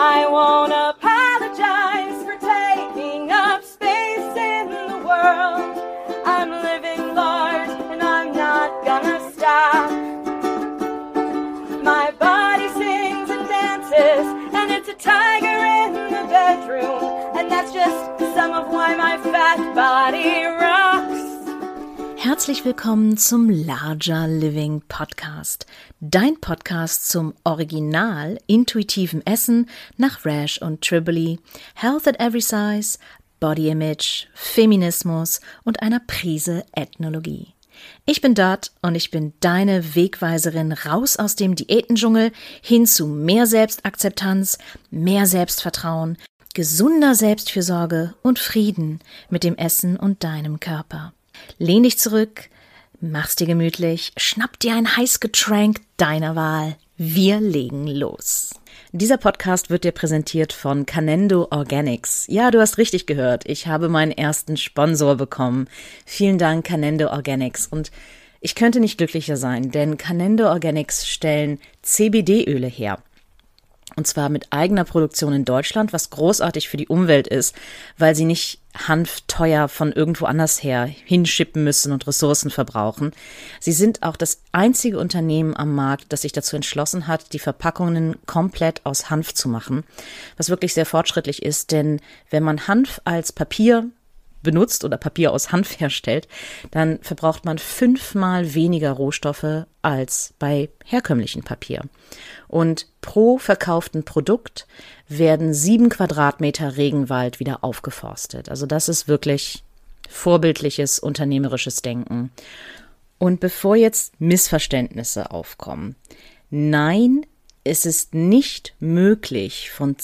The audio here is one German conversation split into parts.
I won't apologize for taking up space in the world. I'm living large and I'm not gonna stop. My body sings and dances and it's a tiger in the bedroom. And that's just some of why my fat body rocks. Herzlich willkommen zum Larger Living Podcast, dein Podcast zum original intuitiven Essen nach Rash und Triboli, Health at Every Size, Body Image, Feminismus und einer Prise Ethnologie. Ich bin Dot und ich bin deine Wegweiserin raus aus dem Diätendschungel hin zu mehr Selbstakzeptanz, mehr Selbstvertrauen, gesunder Selbstfürsorge und Frieden mit dem Essen und deinem Körper. Lehn dich zurück, mach's dir gemütlich, schnapp dir ein Heißgetränk deiner Wahl. Wir legen los. Dieser Podcast wird dir präsentiert von Canendo Organics. Ja, du hast richtig gehört. Ich habe meinen ersten Sponsor bekommen. Vielen Dank, Canendo Organics. Und ich könnte nicht glücklicher sein, denn Canendo Organics stellen CBD-Öle her. Und zwar mit eigener Produktion in Deutschland, was großartig für die Umwelt ist, weil sie nicht Hanf teuer von irgendwo anders her hinschippen müssen und Ressourcen verbrauchen. Sie sind auch das einzige Unternehmen am Markt, das sich dazu entschlossen hat, die Verpackungen komplett aus Hanf zu machen, was wirklich sehr fortschrittlich ist, denn wenn man Hanf als Papier benutzt oder Papier aus Hanf herstellt, dann verbraucht man 5-mal weniger Rohstoffe als bei herkömmlichem Papier. Und pro verkauften Produkt werden 7 Quadratmeter Regenwald wieder aufgeforstet. Also das ist wirklich vorbildliches unternehmerisches Denken. Und bevor jetzt Missverständnisse aufkommen, nein, es ist nicht möglich, von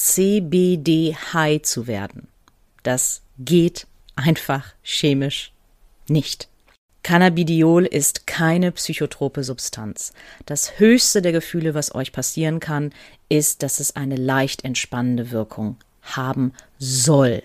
CBD high zu werden. Das geht einfach chemisch nicht. Cannabidiol ist keine psychotrope Substanz. Das höchste der Gefühle, was euch passieren kann, ist, dass es eine leicht entspannende Wirkung haben soll.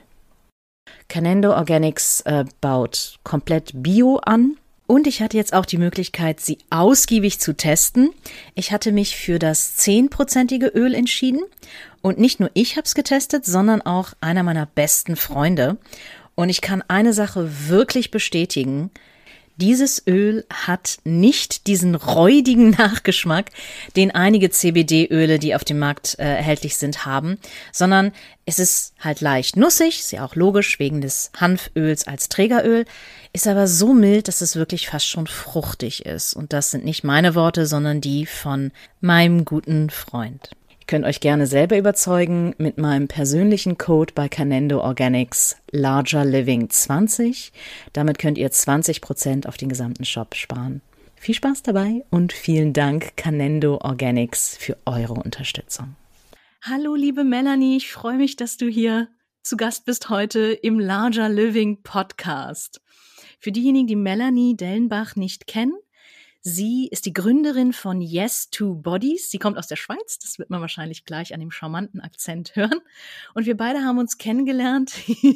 Canendo Organics baut komplett Bio an. Und ich hatte jetzt auch die Möglichkeit, sie ausgiebig zu testen. Ich hatte mich für das 10%ige Öl entschieden. Und nicht nur ich habe es getestet, sondern auch einer meiner besten Freunde. Und ich kann eine Sache wirklich bestätigen. Dieses Öl hat nicht diesen räudigen Nachgeschmack, den einige CBD-Öle, die auf dem Markt erhältlich sind, haben, sondern es ist halt leicht nussig, ist ja auch logisch wegen des Hanföls als Trägeröl, ist aber so mild, dass es wirklich fast schon fruchtig ist. Und das sind nicht meine Worte, sondern die von meinem guten Freund. Ihr könnt euch gerne selber überzeugen mit meinem persönlichen Code bei Canendo Organics Larger Living 20. Damit könnt ihr 20% auf den gesamten Shop sparen. Viel Spaß dabei und vielen Dank Canendo Organics für eure Unterstützung. Hallo liebe Melanie, ich freue mich, dass du hier zu Gast bist heute im Larger Living Podcast. Für diejenigen, die Melanie Dellenbach nicht kennen, sie ist die Gründerin von Yes2Bodies. Sie kommt aus der Schweiz, das wird man wahrscheinlich gleich an dem charmanten Akzent hören. Und wir beide haben uns kennengelernt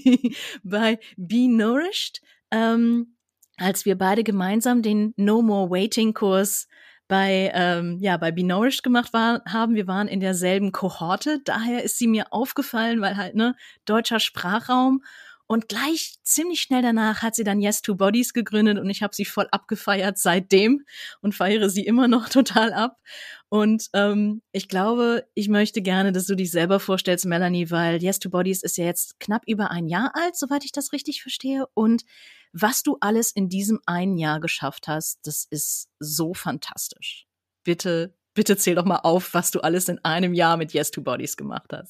bei Be Nourished, als wir beide gemeinsam den No More Waiting Kurs bei Be Nourished gemacht haben. Wir waren in derselben Kohorte, daher ist sie mir aufgefallen, weil halt, deutscher Sprachraum. Und gleich ziemlich schnell danach hat sie dann Yes2Bodies gegründet und ich habe sie voll abgefeiert seitdem und feiere sie immer noch total ab. Und ich glaube, ich möchte gerne, dass du dich selber vorstellst, Melanie, weil Yes2Bodies ist ja jetzt knapp über ein Jahr alt, soweit ich das richtig verstehe. Und was du alles in diesem einen Jahr geschafft hast, das ist so fantastisch. Bitte zähl doch mal auf, was du alles in einem Jahr mit Yes2Bodies gemacht hast.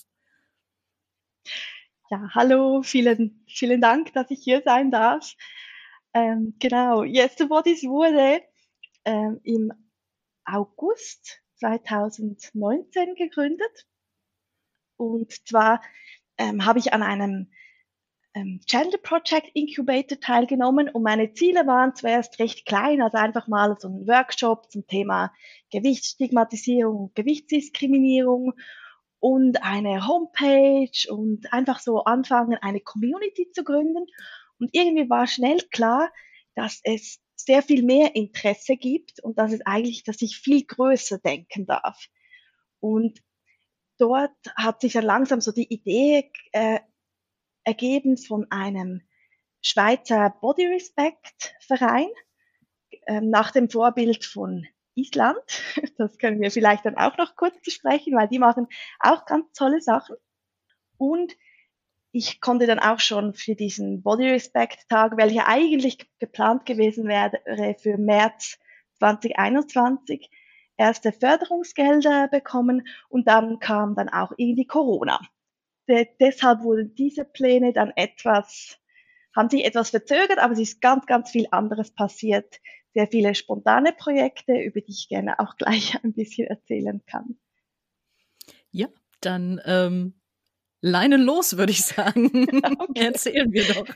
Ja, hallo, vielen Dank, dass ich hier sein darf. Genau, Yes2Bodies wurde im August 2019 gegründet. Und zwar habe ich an einem Gender Project Incubator teilgenommen und meine Ziele waren zuerst recht klein, also einfach mal so ein Workshop zum Thema Gewichtsstigmatisierung, Gewichtsdiskriminierung und eine Homepage und einfach so anfangen, eine Community zu gründen. Und irgendwie war schnell klar, dass es sehr viel mehr Interesse gibt und dass ich viel größer denken darf. Und dort hat sich dann langsam so die Idee ergeben von einem Schweizer Body Respect Verein, nach dem Vorbild von Island. Das können wir vielleicht dann auch noch kurz besprechen, weil die machen auch ganz tolle Sachen. Und ich konnte dann auch schon für diesen Body Respect Tag, welcher eigentlich geplant gewesen wäre für März 2021, erste Förderungsgelder bekommen und dann kam dann auch irgendwie Corona. Deshalb wurden diese Pläne dann haben sich etwas verzögert, aber es ist ganz, ganz viel anderes passiert. Sehr viele spontane Projekte, über die ich gerne auch gleich ein bisschen erzählen kann. Ja, dann Leine los, würde ich sagen. Okay. Erzählen wir doch.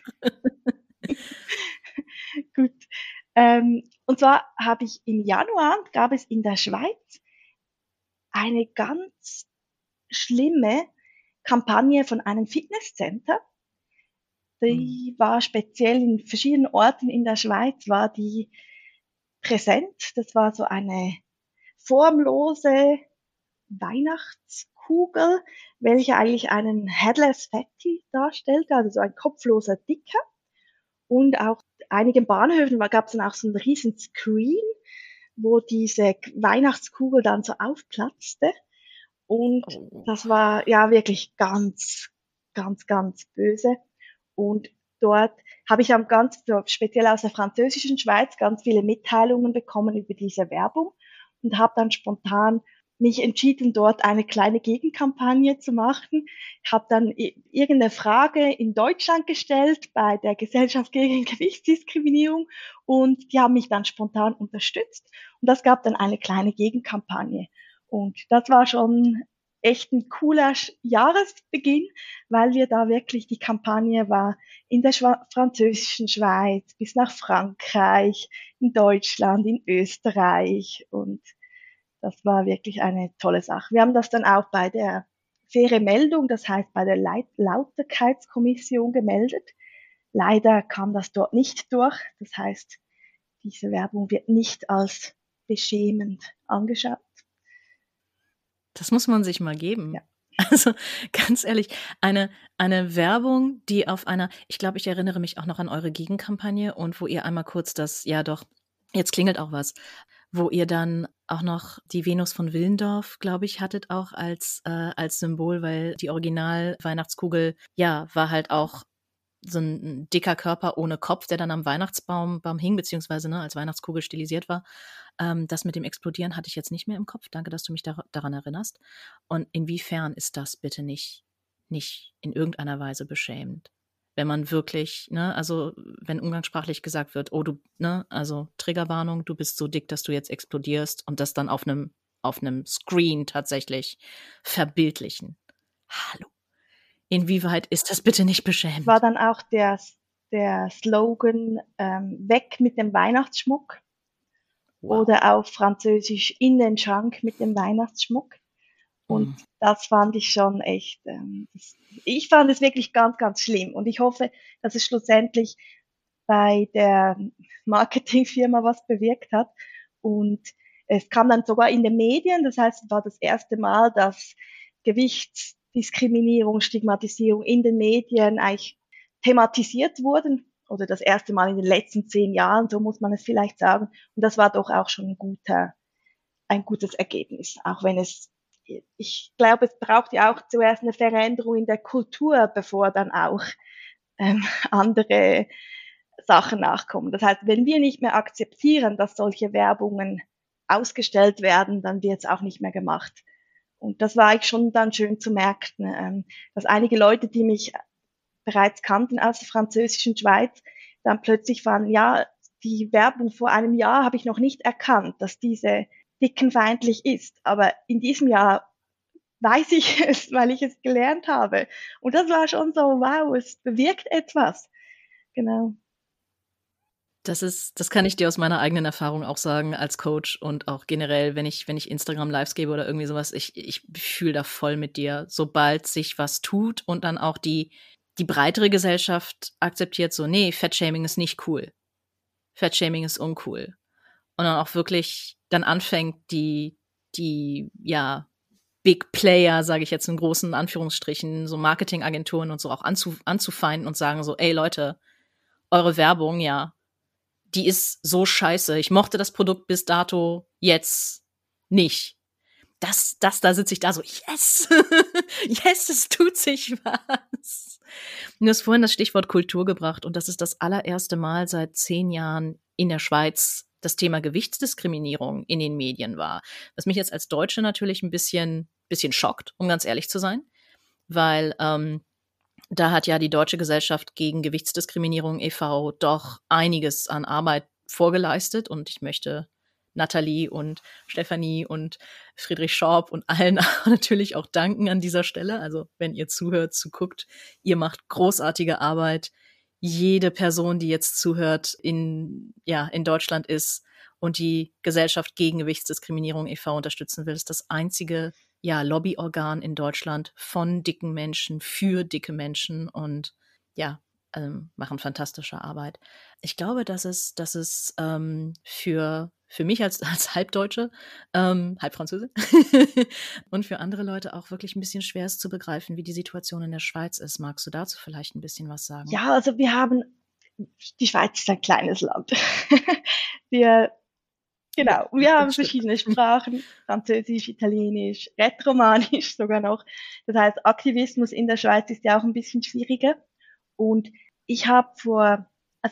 Gut. Und zwar habe ich im Januar, gab es in der Schweiz eine ganz schlimme Kampagne von einem Fitnesscenter. Die war speziell in verschiedenen Orten in der Schweiz, war die präsent. Das war so eine formlose Weihnachtskugel, welche eigentlich einen Headless Fatty darstellte, also so ein kopfloser Dicker. Und auch einigen Bahnhöfen gab es dann auch so einen riesen Screen, wo diese Weihnachtskugel dann so aufplatzte. Und das war ja wirklich ganz, ganz, ganz böse. Und dort habe ich dann ganz speziell aus der französischen Schweiz ganz viele Mitteilungen bekommen über diese Werbung und habe dann spontan mich entschieden, dort eine kleine Gegenkampagne zu machen. Ich habe dann irgendeine Frage in Deutschland gestellt bei der Gesellschaft gegen Gewichtsdiskriminierung und die haben mich dann spontan unterstützt. Und das gab dann eine kleine Gegenkampagne. Und das war schon echt ein cooler Jahresbeginn, weil wir da wirklich, die Kampagne war in der französischen Schweiz bis nach Frankreich, in Deutschland, in Österreich und das war wirklich eine tolle Sache. Wir haben das dann auch bei der faire Meldung, das heißt bei der Lauterkeitskommission gemeldet. Leider kam das dort nicht durch. Das heißt, diese Werbung wird nicht als beschämend angeschaut. Das muss man sich mal geben. Ja. Also ganz ehrlich, eine Werbung, die auf einer, ich glaube, ich erinnere mich auch noch an eure Gegenkampagne und wo ihr einmal kurz das, ja doch, jetzt klingelt auch was, wo ihr dann auch noch die Venus von Willendorf, glaube ich, hattet auch als Symbol, weil die Original-Weihnachtskugel, ja, war halt auch so ein dicker Körper ohne Kopf, der dann am Weihnachtsbaum hing, beziehungsweise als Weihnachtskugel stilisiert war. Das mit dem Explodieren hatte ich jetzt nicht mehr im Kopf. Danke, dass du mich daran erinnerst. Und inwiefern ist das bitte nicht in irgendeiner Weise beschämend? Wenn man wirklich, also wenn umgangssprachlich gesagt wird, oh du, also Triggerwarnung, du bist so dick, dass du jetzt explodierst und das dann auf einem Screen tatsächlich verbildlichen. Hallo. Inwieweit ist das bitte nicht beschämend? War dann auch der Slogan weg mit dem Weihnachtsschmuck. Wow. Oder auf Französisch in den Schrank mit dem Weihnachtsschmuck. Und das fand ich schon echt, ich fand es wirklich ganz, ganz schlimm. Und ich hoffe, dass es schlussendlich bei der Marketingfirma was bewirkt hat. Und es kam dann sogar in den Medien, das heißt, es war das erste Mal, dass Gewichtsdiskriminierung, Stigmatisierung in den Medien eigentlich thematisiert wurden. Oder das erste Mal in den letzten 10 Jahren, so muss man es vielleicht sagen. Und das war doch auch schon ein gutes Ergebnis, auch wenn ich glaube, es braucht ja auch zuerst eine Veränderung in der Kultur, bevor dann auch andere Sachen nachkommen. Das heißt, wenn wir nicht mehr akzeptieren, dass solche Werbungen ausgestellt werden, dann wird es auch nicht mehr gemacht. Und das war eigentlich schon dann schön zu merken, dass einige Leute, die mich bereits kannten aus der französischen Schweiz, dann plötzlich waren, ja, die Werbung vor einem Jahr habe ich noch nicht erkannt, dass diese dickenfeindlich ist. Aber in diesem Jahr weiß ich es, weil ich es gelernt habe. Und das war schon so, wow, es bewirkt etwas. Genau. Das kann ich dir aus meiner eigenen Erfahrung auch sagen als Coach und auch generell, wenn ich Instagram Lives gebe oder irgendwie sowas, ich fühle da voll mit dir, sobald sich was tut und dann auch die breitere Gesellschaft akzeptiert so, nee, Fettshaming ist nicht cool. Fettshaming ist uncool. Und dann auch wirklich dann anfängt die Big Player, sage ich jetzt in großen Anführungsstrichen, so Marketingagenturen und so auch anzufeinden und sagen so, ey Leute, eure Werbung, ja, die ist so scheiße. Ich mochte das Produkt bis dato jetzt nicht. Da sitze ich da so, yes, yes, es tut sich was. Du hast vorhin das Stichwort Kultur gebracht und das ist das allererste Mal seit 10 Jahren in der Schweiz das Thema Gewichtsdiskriminierung in den Medien war. Was mich jetzt als Deutsche natürlich ein bisschen schockt, um ganz ehrlich zu sein, weil da hat ja die Deutsche Gesellschaft gegen Gewichtsdiskriminierung e.V. doch einiges an Arbeit vorgeleistet und ich möchte Nathalie und Stefanie und Friedrich Schorb und allen natürlich auch danken an dieser Stelle. Also wenn ihr zuhört, zuguckt, ihr macht großartige Arbeit. Jede Person, die jetzt zuhört, in Deutschland ist und die Gesellschaft gegen Gewichtsdiskriminierung e.V. unterstützen will, ist das einzige Lobbyorgan in Deutschland von dicken Menschen für dicke Menschen und machen fantastische Arbeit. Ich glaube, dass es für mich als Halbdeutsche, Halbfranzösin und für andere Leute auch wirklich ein bisschen schwer ist zu begreifen, wie die Situation in der Schweiz ist. Magst du dazu vielleicht ein bisschen was sagen? Ja, also die Schweiz ist ein kleines Land. Wir haben verschiedene Sprachen, Französisch, Italienisch, Rätoromanisch sogar noch. Das heißt, Aktivismus in der Schweiz ist ja auch ein bisschen schwieriger. Und ich habe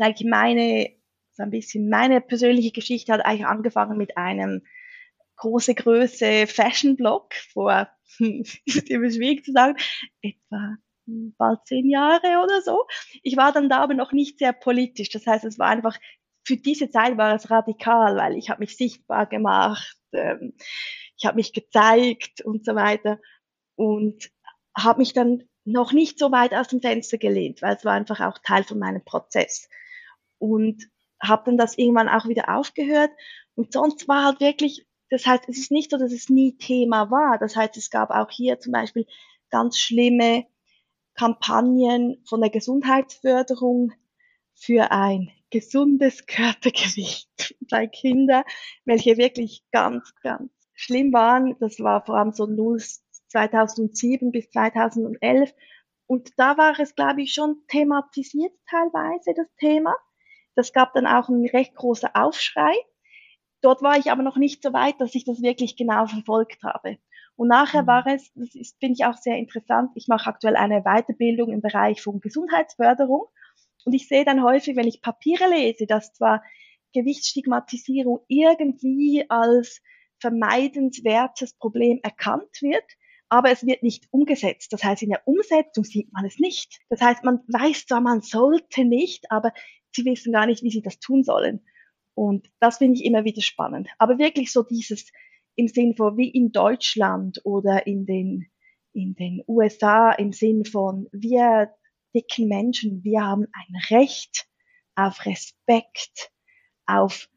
meine persönliche Geschichte hat eigentlich angefangen mit einem große Größe Fashion-Blog vor, ist immer schwierig zu sagen, etwa bald 10 Jahre oder so. Ich war dann da aber noch nicht sehr politisch. Das heißt, es war einfach, für diese Zeit war es radikal, weil ich habe mich sichtbar gemacht, ich habe mich gezeigt und so weiter und habe mich dann noch nicht so weit aus dem Fenster gelehnt, weil es war einfach auch Teil von meinem Prozess. Und habe dann das irgendwann auch wieder aufgehört. Und sonst war halt wirklich, das heißt, es ist nicht so, dass es nie Thema war. Das heißt, es gab auch hier zum Beispiel ganz schlimme Kampagnen von der Gesundheitsförderung für ein gesundes Körpergewicht bei Kindern, welche wirklich ganz, ganz schlimm waren. Das war vor allem so 2007 bis 2011. Und da war es, glaube ich, schon thematisiert teilweise, das Thema. Das gab dann auch einen recht großen Aufschrei. Dort war ich aber noch nicht so weit, dass ich das wirklich genau verfolgt habe. Und nachher finde ich auch sehr interessant, ich mache aktuell eine Weiterbildung im Bereich von Gesundheitsförderung. Und ich sehe dann häufig, wenn ich Papiere lese, dass zwar Gewichtsstigmatisierung irgendwie als vermeidenswertes Problem erkannt wird, aber es wird nicht umgesetzt. Das heißt, in der Umsetzung sieht man es nicht. Das heißt, man weiß zwar, man sollte nicht, aber sie wissen gar nicht, wie sie das tun sollen. Und das finde ich immer wieder spannend. Aber wirklich so dieses im Sinn von wie in Deutschland oder in den USA im Sinn von wir dicken Menschen, wir haben ein Recht auf Respekt, auf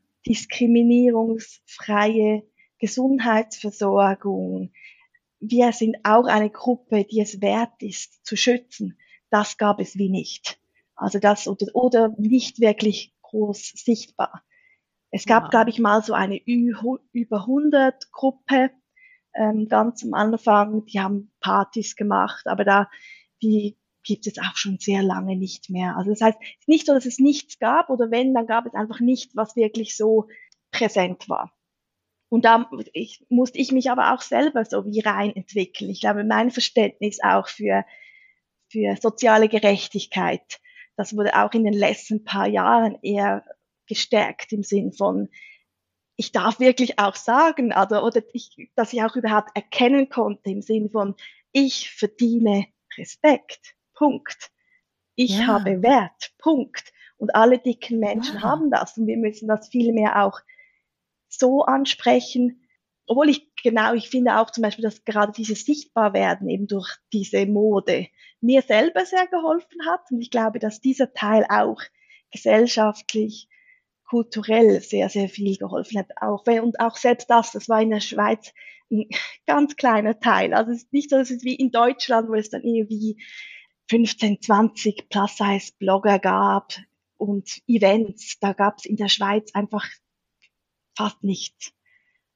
diskriminierungsfreie Gesundheitsversorgung. Wir sind auch eine Gruppe, die es wert ist, zu schützen. Das gab es wie nicht. Also das oder nicht wirklich groß sichtbar. Es gab, glaube ich, mal so eine über 100 Gruppe, ganz am Anfang, die haben Partys gemacht, aber die gibt es auch schon sehr lange nicht mehr. Also das heißt, es ist nicht so, dass es nichts gab oder wenn, dann gab es einfach nicht, was wirklich so präsent war. Und da musste ich mich aber auch selber so wie rein entwickeln. Ich glaube, mein Verständnis auch für soziale Gerechtigkeit, das wurde auch in den letzten paar Jahren eher gestärkt im Sinn von, ich darf wirklich auch sagen, dass ich auch überhaupt erkennen konnte im Sinn von, ich verdiene Respekt, Punkt. Ich habe Wert, Punkt. Und alle dicken Menschen haben das und wir müssen das viel mehr auch so ansprechen, obwohl ich finde auch zum Beispiel, dass gerade dieses Sichtbarwerden eben durch diese Mode mir selber sehr geholfen hat und ich glaube, dass dieser Teil auch gesellschaftlich, kulturell sehr, sehr viel geholfen hat. Und auch selbst das war in der Schweiz ein ganz kleiner Teil. Also es ist nicht so, dass es wie in Deutschland, wo es dann irgendwie 15, 20 Plus-Size-Blogger gab und Events. Da gab es in der Schweiz einfach fast nichts.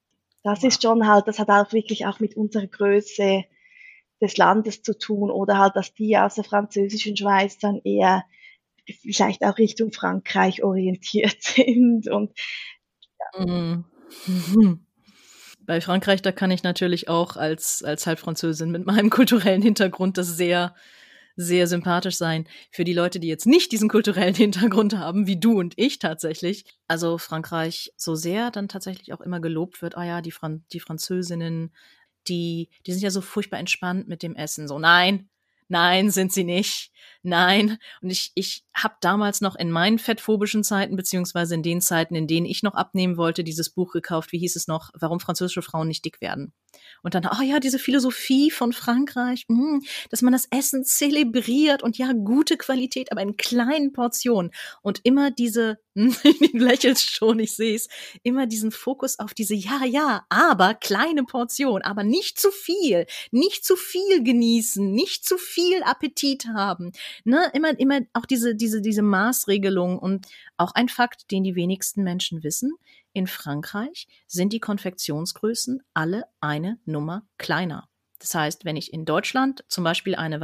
das ist schon halt, das hat auch wirklich auch mit unserer Größe des Landes zu tun oder halt, dass die aus der französischen Schweiz dann eher vielleicht auch Richtung Frankreich orientiert sind und Mhm. Bei Frankreich, da kann ich natürlich auch als Halbfranzösin mit meinem kulturellen Hintergrund das sehr, sehr sympathisch sein. Für die Leute, die jetzt nicht diesen kulturellen Hintergrund haben, wie du und ich tatsächlich. Also Frankreich so sehr dann tatsächlich auch immer gelobt wird, die Französinnen, die sind ja so furchtbar entspannt mit dem Essen. So, nein, sind sie nicht. Nein. Und ich habe damals noch in meinen fettphobischen Zeiten, beziehungsweise in den Zeiten, in denen ich noch abnehmen wollte, dieses Buch gekauft, wie hieß es noch, warum französische Frauen nicht dick werden. Und dann, diese Philosophie von Frankreich, dass man das Essen zelebriert und ja, gute Qualität, aber in kleinen Portionen. Und immer diese, du lächelst schon, ich sehe es, immer diesen Fokus auf diese, aber kleine Portion, aber nicht zu viel genießen, nicht zu viel Appetit haben. Ne, immer auch diese Maßregelung und auch ein Fakt, den die wenigsten Menschen wissen. In Frankreich sind die Konfektionsgrößen alle eine Nummer kleiner. Das heißt, wenn ich in Deutschland zum Beispiel eine,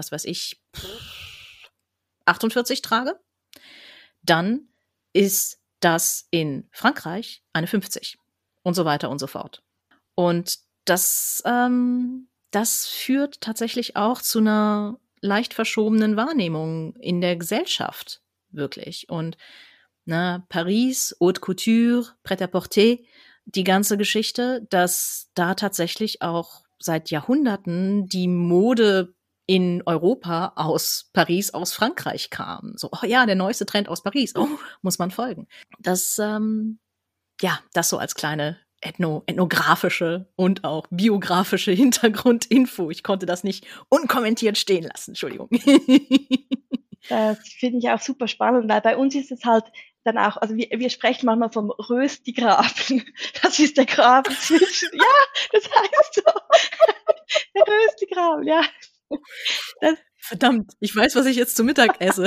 48 trage, dann ist das in Frankreich eine 50 und so weiter und so fort. Und das führt tatsächlich auch zu einer leicht verschobenen Wahrnehmung in der Gesellschaft, wirklich. Und Paris, Haute Couture, Prêt-à-porter, die ganze Geschichte, dass da tatsächlich auch seit Jahrhunderten die Mode in Europa aus Paris, aus Frankreich kam. So, der neueste Trend aus Paris, muss man folgen. Das so als kleine ethnografische und auch biografische Hintergrundinfo. Ich konnte das nicht unkommentiert stehen lassen, Entschuldigung. Das finde ich auch super spannend, weil bei uns ist es halt dann auch, also wir sprechen manchmal vom Röstigraben. Das ist der Graben zwischen, das heißt so, der Röstigraben, ja. Verdammt, ich weiß, was ich jetzt zu Mittag esse.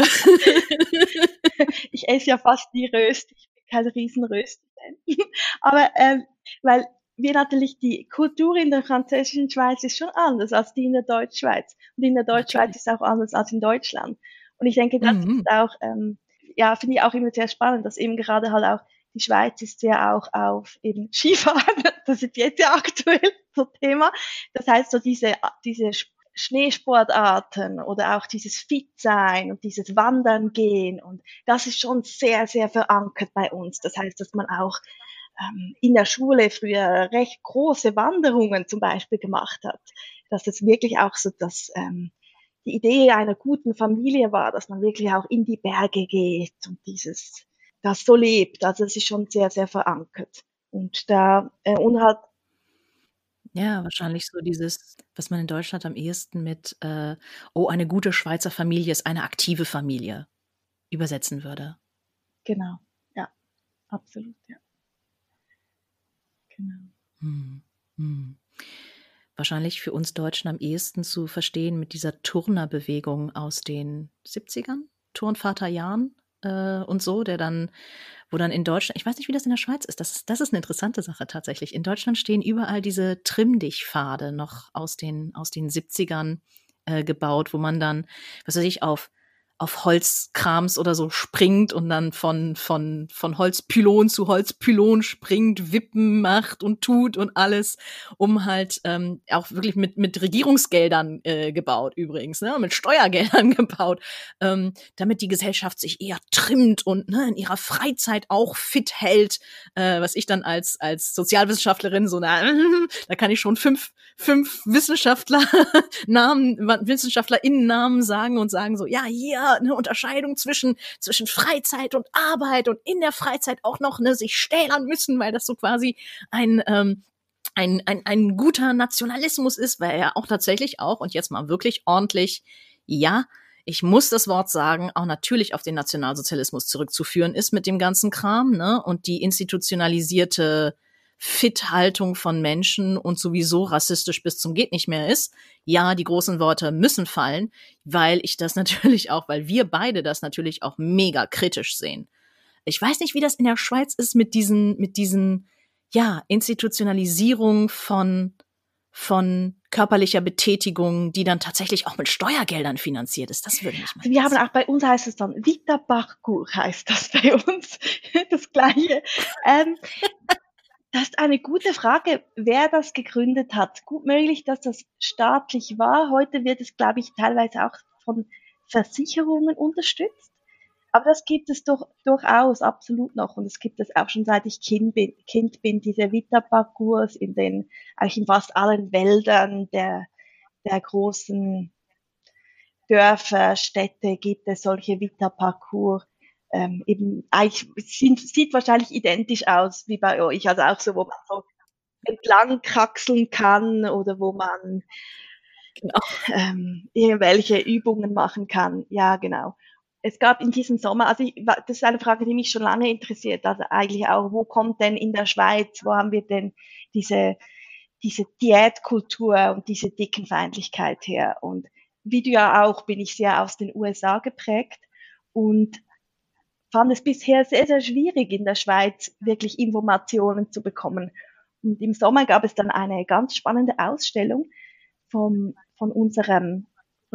Ich esse ja fast nie Rösti, ich bin kein Riesenrösti-Fan. Aber weil wir natürlich, die Kultur in der französischen Schweiz ist schon anders als die in der Deutschschweiz. Und in der Deutschschweiz ist auch anders als in Deutschland. Und ich denke, das ist auch, finde ich auch immer sehr spannend, dass eben gerade halt auch die Schweiz ist ja auch auf eben Skifahren, das ist jetzt ja aktuell so Thema. Das heißt, so diese Schneesportarten oder auch dieses Fit-Sein und dieses Wandern gehen und das ist schon sehr, sehr verankert bei uns. Das heißt, dass man auch in der Schule früher recht große Wanderungen zum Beispiel gemacht hat. Dass es wirklich auch so, dass die Idee einer guten Familie war, dass man wirklich auch in die Berge geht und das so lebt. Also es ist schon sehr, sehr verankert. Und und halt ja, wahrscheinlich so dieses, was man in Deutschland am ehesten mit eine gute Schweizer Familie ist eine aktive Familie übersetzen würde. Genau, ja, absolut, ja. Genau. Wahrscheinlich für uns Deutschen am ehesten zu verstehen mit dieser Turnerbewegung aus den 70ern, Turnvaterjahren und so, wo dann in Deutschland, ich weiß nicht, wie das in der Schweiz ist, das ist eine interessante Sache tatsächlich. In Deutschland stehen überall diese Trimm-dich-Pfade noch aus den 70ern gebaut, wo man dann, was weiß ich, auf Holzkrams oder so springt und dann von Holzpylon zu Holzpylon springt, Wippen macht und tut und alles, um halt auch wirklich mit Regierungsgeldern gebaut übrigens, ne, mit Steuergeldern gebaut, damit die Gesellschaft sich eher trimmt und in ihrer Freizeit auch fit hält, was ich dann als Sozialwissenschaftlerin so, da kann ich schon fünf WissenschaftlerInnen-Namen sagen und sagen so, hier eine Unterscheidung zwischen Freizeit und Arbeit und in der Freizeit auch noch sich stählern müssen, weil das so quasi ein guter Nationalismus ist, weil er auch tatsächlich auch, und jetzt mal wirklich ordentlich, ich muss das Wort sagen, auch natürlich auf den Nationalsozialismus zurückzuführen ist mit dem ganzen Kram, ne, und die institutionalisierte Fit-Haltung von Menschen und sowieso rassistisch bis zum geht nicht mehr ist. Ja, die großen Worte müssen fallen, weil wir beide das natürlich auch mega kritisch sehen. Ich weiß nicht, wie das in der Schweiz ist mit diesen Institutionalisierung von körperlicher Betätigung, die dann tatsächlich auch mit Steuergeldern finanziert ist. Das würde mich mal Wir haben interessieren. auch bei uns heißt es dann Vita Parkour heißt das bei uns. Das Gleiche. Das ist eine gute Frage, wer das gegründet hat. Gut möglich, dass das staatlich war. Heute wird es, glaube ich, teilweise auch von Versicherungen unterstützt. Aber das gibt es durchaus absolut noch. Und es gibt es auch schon seit ich Kind bin diese Vita-Parcours eigentlich in fast allen Wäldern der großen Dörfer, Städte gibt es solche Vita-Parcours. Eben eigentlich sieht wahrscheinlich identisch aus wie bei euch, also auch so, wo man so entlang kraxeln kann oder wo man Genau. irgendwelche Übungen machen kann. Ja, genau. Es gab in diesem Sommer, das ist eine Frage, die mich schon lange interessiert, also eigentlich auch, wo kommt denn in der Schweiz, wo haben wir denn diese Diätkultur und diese Dickenfeindlichkeit her? Und wie du ja auch, bin ich sehr aus den USA geprägt und fand es bisher sehr, sehr schwierig, in der Schweiz wirklich Informationen zu bekommen. Und im Sommer gab es dann eine ganz spannende Ausstellung von unserem,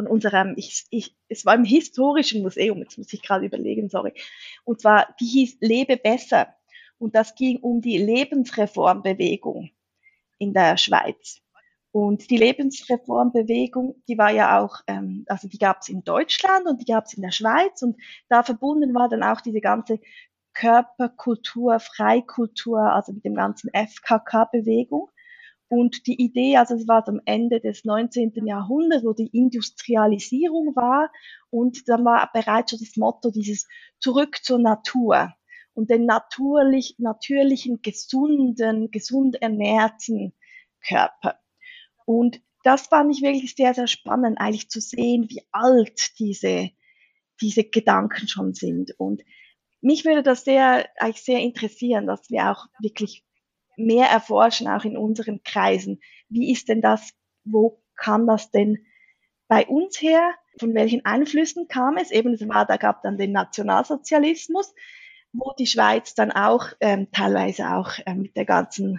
es war im Historischen Museum, jetzt muss ich gerade überlegen, sorry. Und zwar, die hieß Lebe besser. Und das ging um die Lebensreformbewegung in der Schweiz. Und die Lebensreformbewegung, die war ja auch, also die gab es in Deutschland und die gab es in der Schweiz und da verbunden war dann auch diese ganze Körperkultur, Freikultur, also mit dem ganzen FKK-Bewegung. Und die Idee, also es war am Ende des 19. Jahrhunderts, wo die Industrialisierung war und dann war bereits schon das Motto dieses Zurück zur Natur und den natürlichen, gesunden, gesund ernährten Körper. Und das fand ich wirklich sehr, sehr spannend, eigentlich zu sehen, wie alt diese Gedanken schon sind. Und mich würde das eigentlich sehr interessieren, dass wir auch wirklich mehr erforschen, auch in unseren Kreisen. Wie ist denn das, wo kam das denn bei uns her? Von welchen Einflüssen kam es? Eben, da gab dann den Nationalsozialismus, wo die Schweiz dann auch teilweise auch mit der ganzen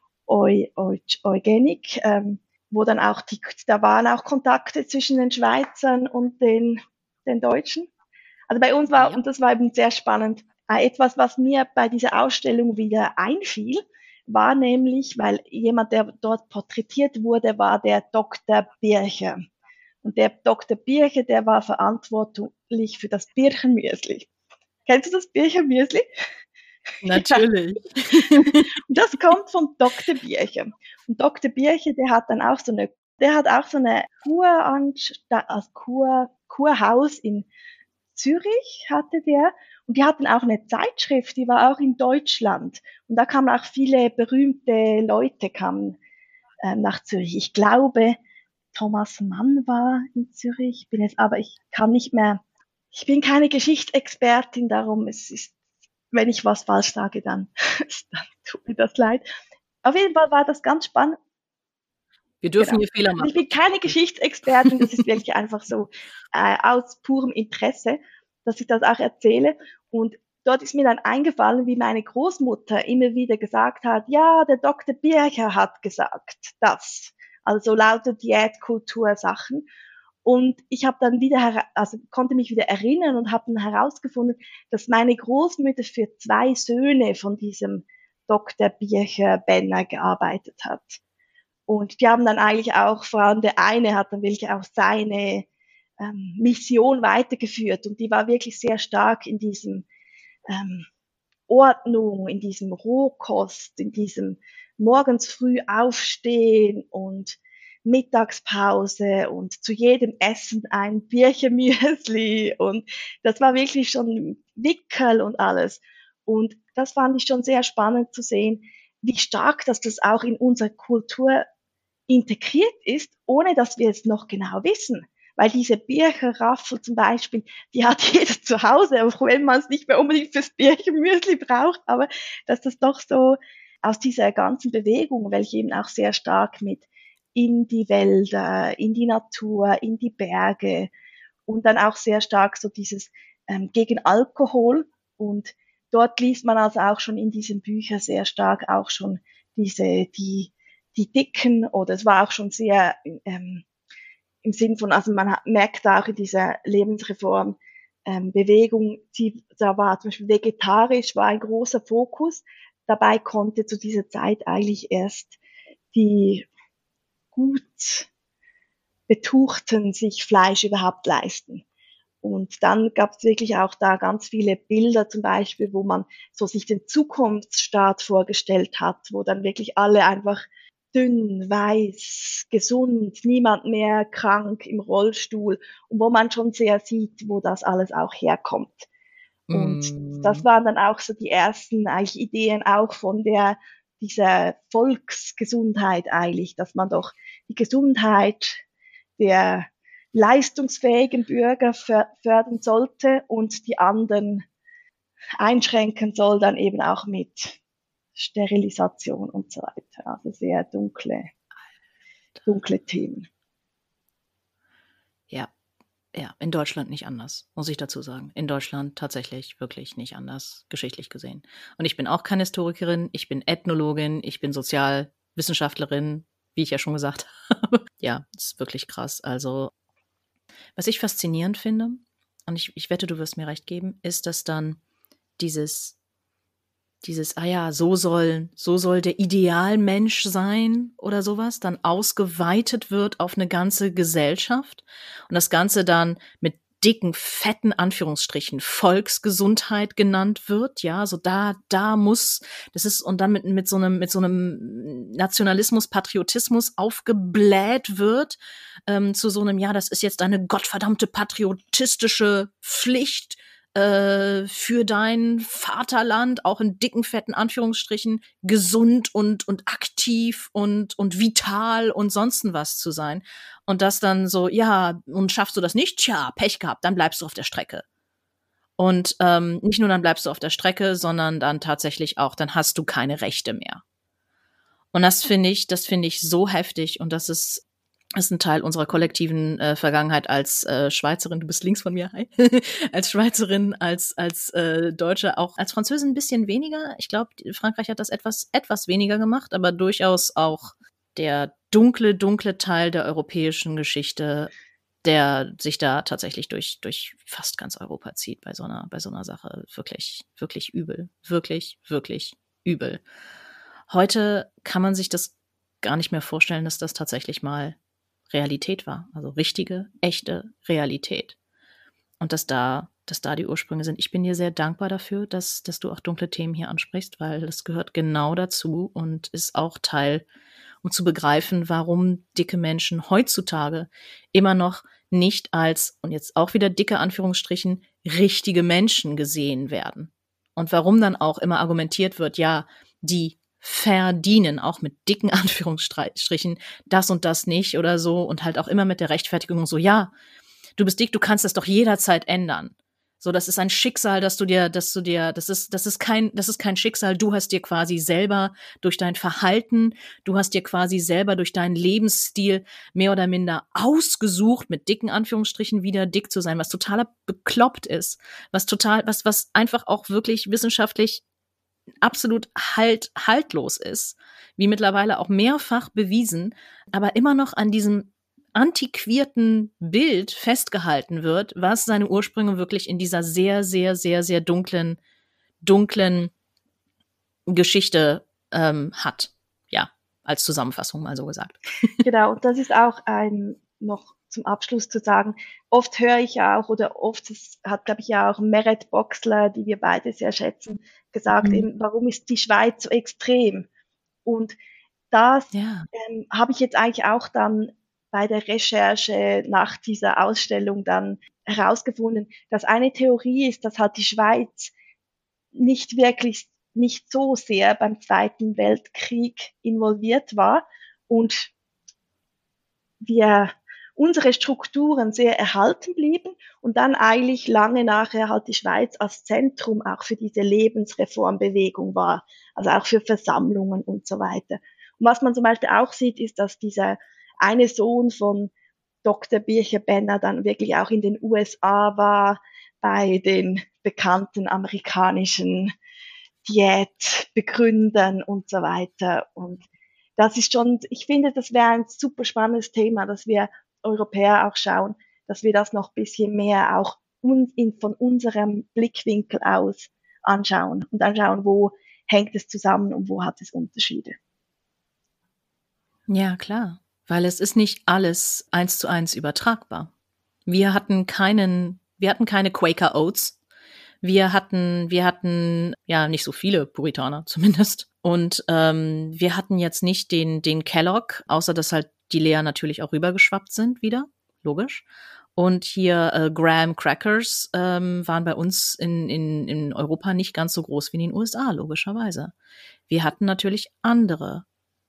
Eugenik, wo dann auch da waren auch Kontakte zwischen den Schweizern und den Deutschen. Also bei uns war, und das war eben sehr spannend, etwas, was mir bei dieser Ausstellung wieder einfiel, war nämlich, weil jemand, der dort porträtiert wurde, war der Dr. Bircher. Und der Dr. Bircher, der war verantwortlich für das Birchenmüsli. Kennst du das Birchenmüsli? Natürlich. Ja. Und das kommt von Dr. Bircher. Und Dr. Bircher, der hat auch so eine Kurhaus in Zürich hatte der. Und die hatten auch eine Zeitschrift, die war auch in Deutschland. Und da kamen auch viele berühmte Leute nach Zürich. Ich glaube, Thomas Mann war in Zürich. Aber ich kann nicht mehr, ich bin keine Geschichtsexpertin, darum wenn ich was falsch sage, dann tut mir das leid. Auf jeden Fall war das ganz spannend. Wir dürfen hier Fehler machen. Ich bin keine Geschichtsexpertin, das ist wirklich einfach so aus purem Interesse, dass ich das auch erzähle. Und dort ist mir dann eingefallen, wie meine Großmutter immer wieder gesagt hat, ja, der Dr. Bircher hat gesagt das. Also so lauter Diätkultur-Sachen. Und ich habe dann konnte mich wieder erinnern und habe dann herausgefunden, dass meine Großmutter für 2 Söhne von diesem Dr. Bircher Benner gearbeitet hat. Und die haben dann eigentlich auch, vor allem der eine hat dann wirklich auch seine Mission weitergeführt und die war wirklich sehr stark in diesem Ordnung, in diesem Rohkost, in diesem morgens früh aufstehen und Mittagspause und zu jedem Essen ein Bierchen Müsli und das war wirklich schon Wickel und alles. Und das fand ich schon sehr spannend zu sehen, wie stark das auch in unserer Kultur integriert ist, ohne dass wir es noch genau wissen. Weil diese Bircherraffel zum Beispiel, die hat jeder zu Hause, auch wenn man es nicht mehr unbedingt fürs Birchenmüsli braucht, aber dass das doch so aus dieser ganzen Bewegung, welche eben auch sehr stark mit in die Wälder, in die Natur, in die Berge und dann auch sehr stark so dieses gegen Alkohol und dort liest man also auch schon in diesen Büchern sehr stark auch schon die Dicken, oder es war auch schon sehr im Sinn von, also man merkt auch in dieser Lebensreform Bewegung, da war zum Beispiel vegetarisch, war ein großer Fokus. Dabei konnte zu dieser Zeit eigentlich erst die gut Betuchten sich Fleisch überhaupt leisten. Und dann gab es wirklich auch da ganz viele Bilder zum Beispiel, wo man so sich den Zukunftsstaat vorgestellt hat, wo dann wirklich alle einfach dünn, weiß, gesund, niemand mehr krank im Rollstuhl und wo man schon sehr sieht, wo das alles auch herkommt. Und das waren dann auch so die ersten eigentlich Ideen auch von dieser Volksgesundheit eigentlich, dass man doch die Gesundheit der leistungsfähigen Bürger fördern sollte und die anderen einschränken soll, dann eben auch mit Sterilisation und so weiter. Also sehr dunkle Themen. Ja, ja, in Deutschland nicht anders, muss ich dazu sagen. In Deutschland tatsächlich wirklich nicht anders, geschichtlich gesehen. Und ich bin auch keine Historikerin, ich bin Ethnologin, ich bin Sozialwissenschaftlerin, wie ich ja schon gesagt habe. Ja, das ist wirklich krass. Also, was ich faszinierend finde, und ich wette, du wirst mir recht geben, ist, dass dann dieses, so soll der Idealmensch sein oder sowas, dann ausgeweitet wird auf eine ganze Gesellschaft und das Ganze dann mit dicken, fetten Anführungsstrichen Volksgesundheit genannt wird, ja, so da muss, das ist, und dann mit so einem Nationalismus, Patriotismus aufgebläht wird, zu so einem, ja, das ist jetzt eine gottverdammte patriotistische Pflicht, für dein Vaterland, auch in dicken, fetten Anführungsstrichen, gesund und aktiv und vital und sonst was zu sein. Und das dann so, ja, und schaffst du das nicht? Tja, Pech gehabt, dann bleibst du auf der Strecke. Und nicht nur dann bleibst du auf der Strecke, sondern dann tatsächlich auch, dann hast du keine Rechte mehr. Und das finde ich so heftig und das ist ein Teil unserer kollektiven Vergangenheit als Schweizerin. Du bist links von mir, hi. Als Schweizerin, als Deutsche, auch als Französin ein bisschen weniger. Ich glaube, Frankreich hat das etwas weniger gemacht, aber durchaus auch der dunkle Teil der europäischen Geschichte, der sich da tatsächlich durch fast ganz Europa zieht bei so einer Sache. Wirklich, wirklich übel. Wirklich, wirklich übel. Heute kann man sich das gar nicht mehr vorstellen, dass das tatsächlich mal Realität war, also richtige, echte Realität. Und dass da die Ursprünge sind. Ich bin dir sehr dankbar dafür, dass du auch dunkle Themen hier ansprichst, weil das gehört genau dazu und ist auch Teil, um zu begreifen, warum dicke Menschen heutzutage immer noch nicht als, und jetzt auch wieder dicke Anführungsstrichen, richtige Menschen gesehen werden. Und warum dann auch immer argumentiert wird, ja, die verdienen, auch mit dicken Anführungsstrichen, das und das nicht oder so und halt auch immer mit der Rechtfertigung so, ja, du bist dick, du kannst das doch jederzeit ändern. So, das ist ein Schicksal, das ist kein Schicksal, du hast dir quasi selber durch dein Verhalten, du hast dir quasi selber durch deinen Lebensstil mehr oder minder ausgesucht, mit dicken Anführungsstrichen wieder dick zu sein, was totaler bekloppt ist, was einfach auch wirklich wissenschaftlich absolut haltlos ist, wie mittlerweile auch mehrfach bewiesen, aber immer noch an diesem antiquierten Bild festgehalten wird, was seine Ursprünge wirklich in dieser sehr, sehr, sehr, sehr dunklen Geschichte hat. Ja, als Zusammenfassung mal so gesagt. Genau, und das ist auch noch zum Abschluss zu sagen, oft höre ich auch, oder oft, das hat, glaube ich, ja auch Meret Boxler, die wir beide sehr schätzen, gesagt, eben, warum ist die Schweiz so extrem? Und das habe ich jetzt eigentlich auch dann bei der Recherche nach dieser Ausstellung dann herausgefunden, dass eine Theorie ist, dass halt die Schweiz nicht so sehr beim Zweiten Weltkrieg involviert war und unsere Strukturen sehr erhalten blieben und dann eigentlich lange nachher halt die Schweiz als Zentrum auch für diese Lebensreformbewegung war, also auch für Versammlungen und so weiter. Und was man zum Beispiel auch sieht, ist, dass dieser eine Sohn von Dr. Bircher-Benner dann wirklich auch in den USA war, bei den bekannten amerikanischen Diät begründen und so weiter. Und das ist schon, ich finde, das wäre ein super spannendes Thema, dass wir Europäer auch schauen, dass wir das noch ein bisschen mehr auch von unserem Blickwinkel aus anschauen und anschauen, wo hängt es zusammen und wo hat es Unterschiede. Ja, klar, weil es ist nicht alles 1:1 übertragbar. Wir hatten keine Quaker Oats. Wir hatten ja nicht so viele Puritaner zumindest. Und wir hatten jetzt nicht den Kellogg, außer dass halt die Lea natürlich auch rübergeschwappt sind wieder, logisch. Und hier Graham Crackers waren bei uns in Europa nicht ganz so groß wie in den USA, logischerweise. Wir hatten natürlich andere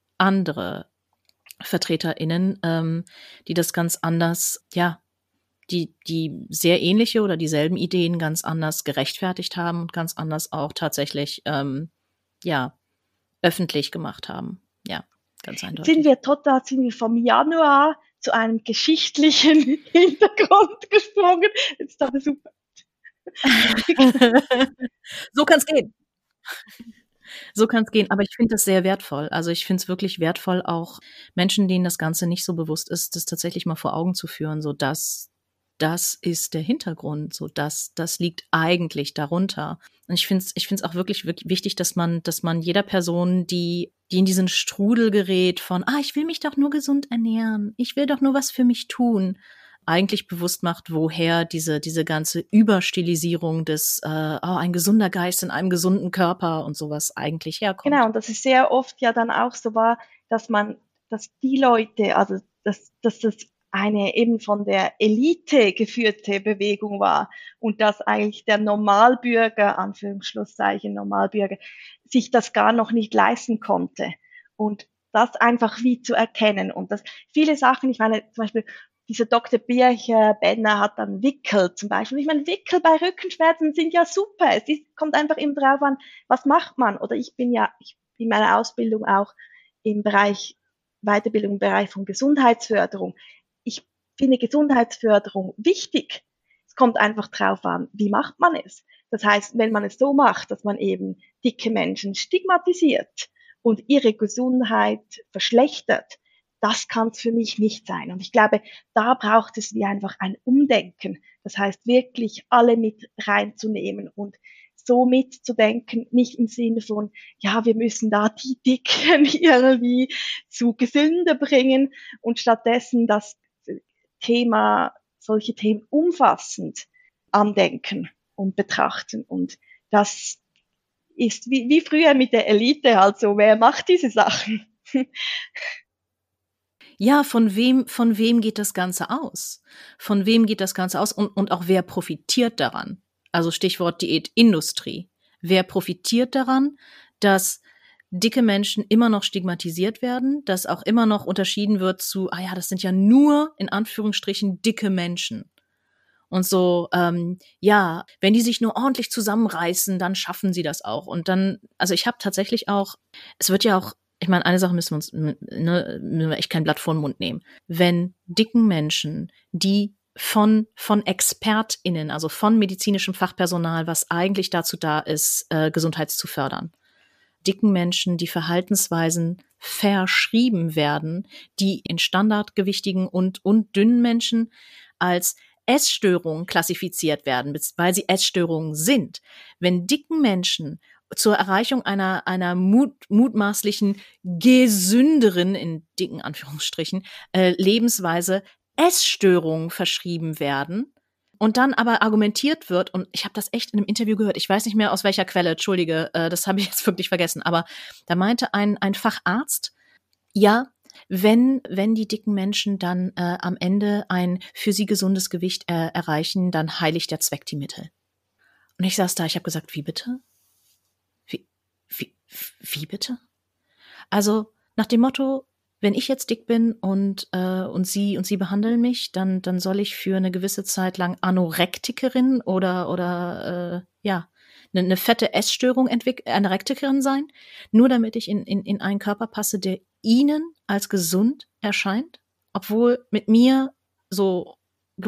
VertreterInnen, die das ganz anders, ja, die sehr ähnliche oder dieselben Ideen ganz anders gerechtfertigt haben und ganz anders auch tatsächlich, ja, öffentlich gemacht haben. Ja, ganz eindeutig. Sind wir vom Januar zu einem geschichtlichen Hintergrund gesprungen. Das ist aber super. So kann's gehen. So kann's gehen, aber ich finde das sehr wertvoll. Also ich finde es wirklich wertvoll, auch Menschen, denen das Ganze nicht so bewusst ist, das tatsächlich mal vor Augen zu führen, so dass das ist der Hintergrund, so das liegt eigentlich darunter. Und ich finde es auch wirklich wichtig, dass man jeder Person, die in diesen Strudel gerät von, ich will mich doch nur gesund ernähren, ich will doch nur was für mich tun, eigentlich bewusst macht, woher diese ganze Überstilisierung des ein gesunder Geist in einem gesunden Körper und sowas eigentlich herkommt. Genau, und das ist sehr oft ja dann auch so war, dass die Leute, also dass das eine eben von der Elite geführte Bewegung war und dass eigentlich der Normalbürger, Anführungsschlusszeichen Normalbürger, sich das gar noch nicht leisten konnte. Und das einfach wie zu erkennen. Und das viele Sachen, ich meine zum Beispiel, dieser Dr. Benner hat dann Wickel zum Beispiel. Ich meine, Wickel bei Rückenschmerzen sind ja super. Kommt einfach immer drauf an, was macht man? Oder ich bin in meiner Ausbildung auch im Bereich Weiterbildung im Bereich von Gesundheitsförderung. Ich finde Gesundheitsförderung wichtig. Es kommt einfach drauf an, wie macht man es? Das heißt, wenn man es so macht, dass man eben dicke Menschen stigmatisiert und ihre Gesundheit verschlechtert, das kann es für mich nicht sein. Und ich glaube, da braucht es wie einfach ein Umdenken. Das heißt, wirklich alle mit reinzunehmen und so mitzudenken, nicht im Sinne von, ja, wir müssen da die Dicken irgendwie zu Gesünde bringen und stattdessen das Thema, solche Themen umfassend andenken und betrachten. Und das ist wie früher mit der Elite halt so, wer macht diese Sachen? Ja, von wem geht das Ganze aus? Von wem geht das Ganze aus und auch wer profitiert daran? Also Stichwort Diätindustrie. Wer profitiert daran, dass dicke Menschen immer noch stigmatisiert werden, dass auch immer noch unterschieden wird zu, das sind ja nur, in Anführungsstrichen, dicke Menschen. Und so, wenn die sich nur ordentlich zusammenreißen, dann schaffen sie das auch. Und dann, also ich habe tatsächlich auch, es wird ja auch, ich meine, eine Sache müssen wir uns, müssen wir echt kein Blatt vor den Mund nehmen. Wenn dicken Menschen, die von ExpertInnen, also von medizinischem Fachpersonal, was eigentlich dazu da ist, Gesundheit zu fördern, dicken Menschen, die Verhaltensweisen verschrieben werden, die in standardgewichtigen und dünnen Menschen als Essstörungen klassifiziert werden, weil sie Essstörungen sind. Wenn dicken Menschen zur Erreichung einer mutmaßlichen gesünderen, in dicken Anführungsstrichen, Lebensweise Essstörungen verschrieben werden und dann aber argumentiert wird, und ich habe das echt in einem Interview gehört, ich weiß nicht mehr aus welcher Quelle, entschuldige, das habe ich jetzt wirklich vergessen, aber da meinte ein Facharzt, ja, wenn die dicken Menschen dann am Ende ein für sie gesundes Gewicht erreichen, dann heiligt der Zweck die Mittel. Und ich saß da, ich habe gesagt, wie bitte? Wie bitte? Also nach dem Motto, wenn ich jetzt dick bin und sie behandeln mich, dann soll ich für eine gewisse Zeit lang Anorektikerin oder eine fette Essstörung Anorektikerin sein, nur damit ich in einen Körper passe, der ihnen als gesund erscheint, obwohl mit mir so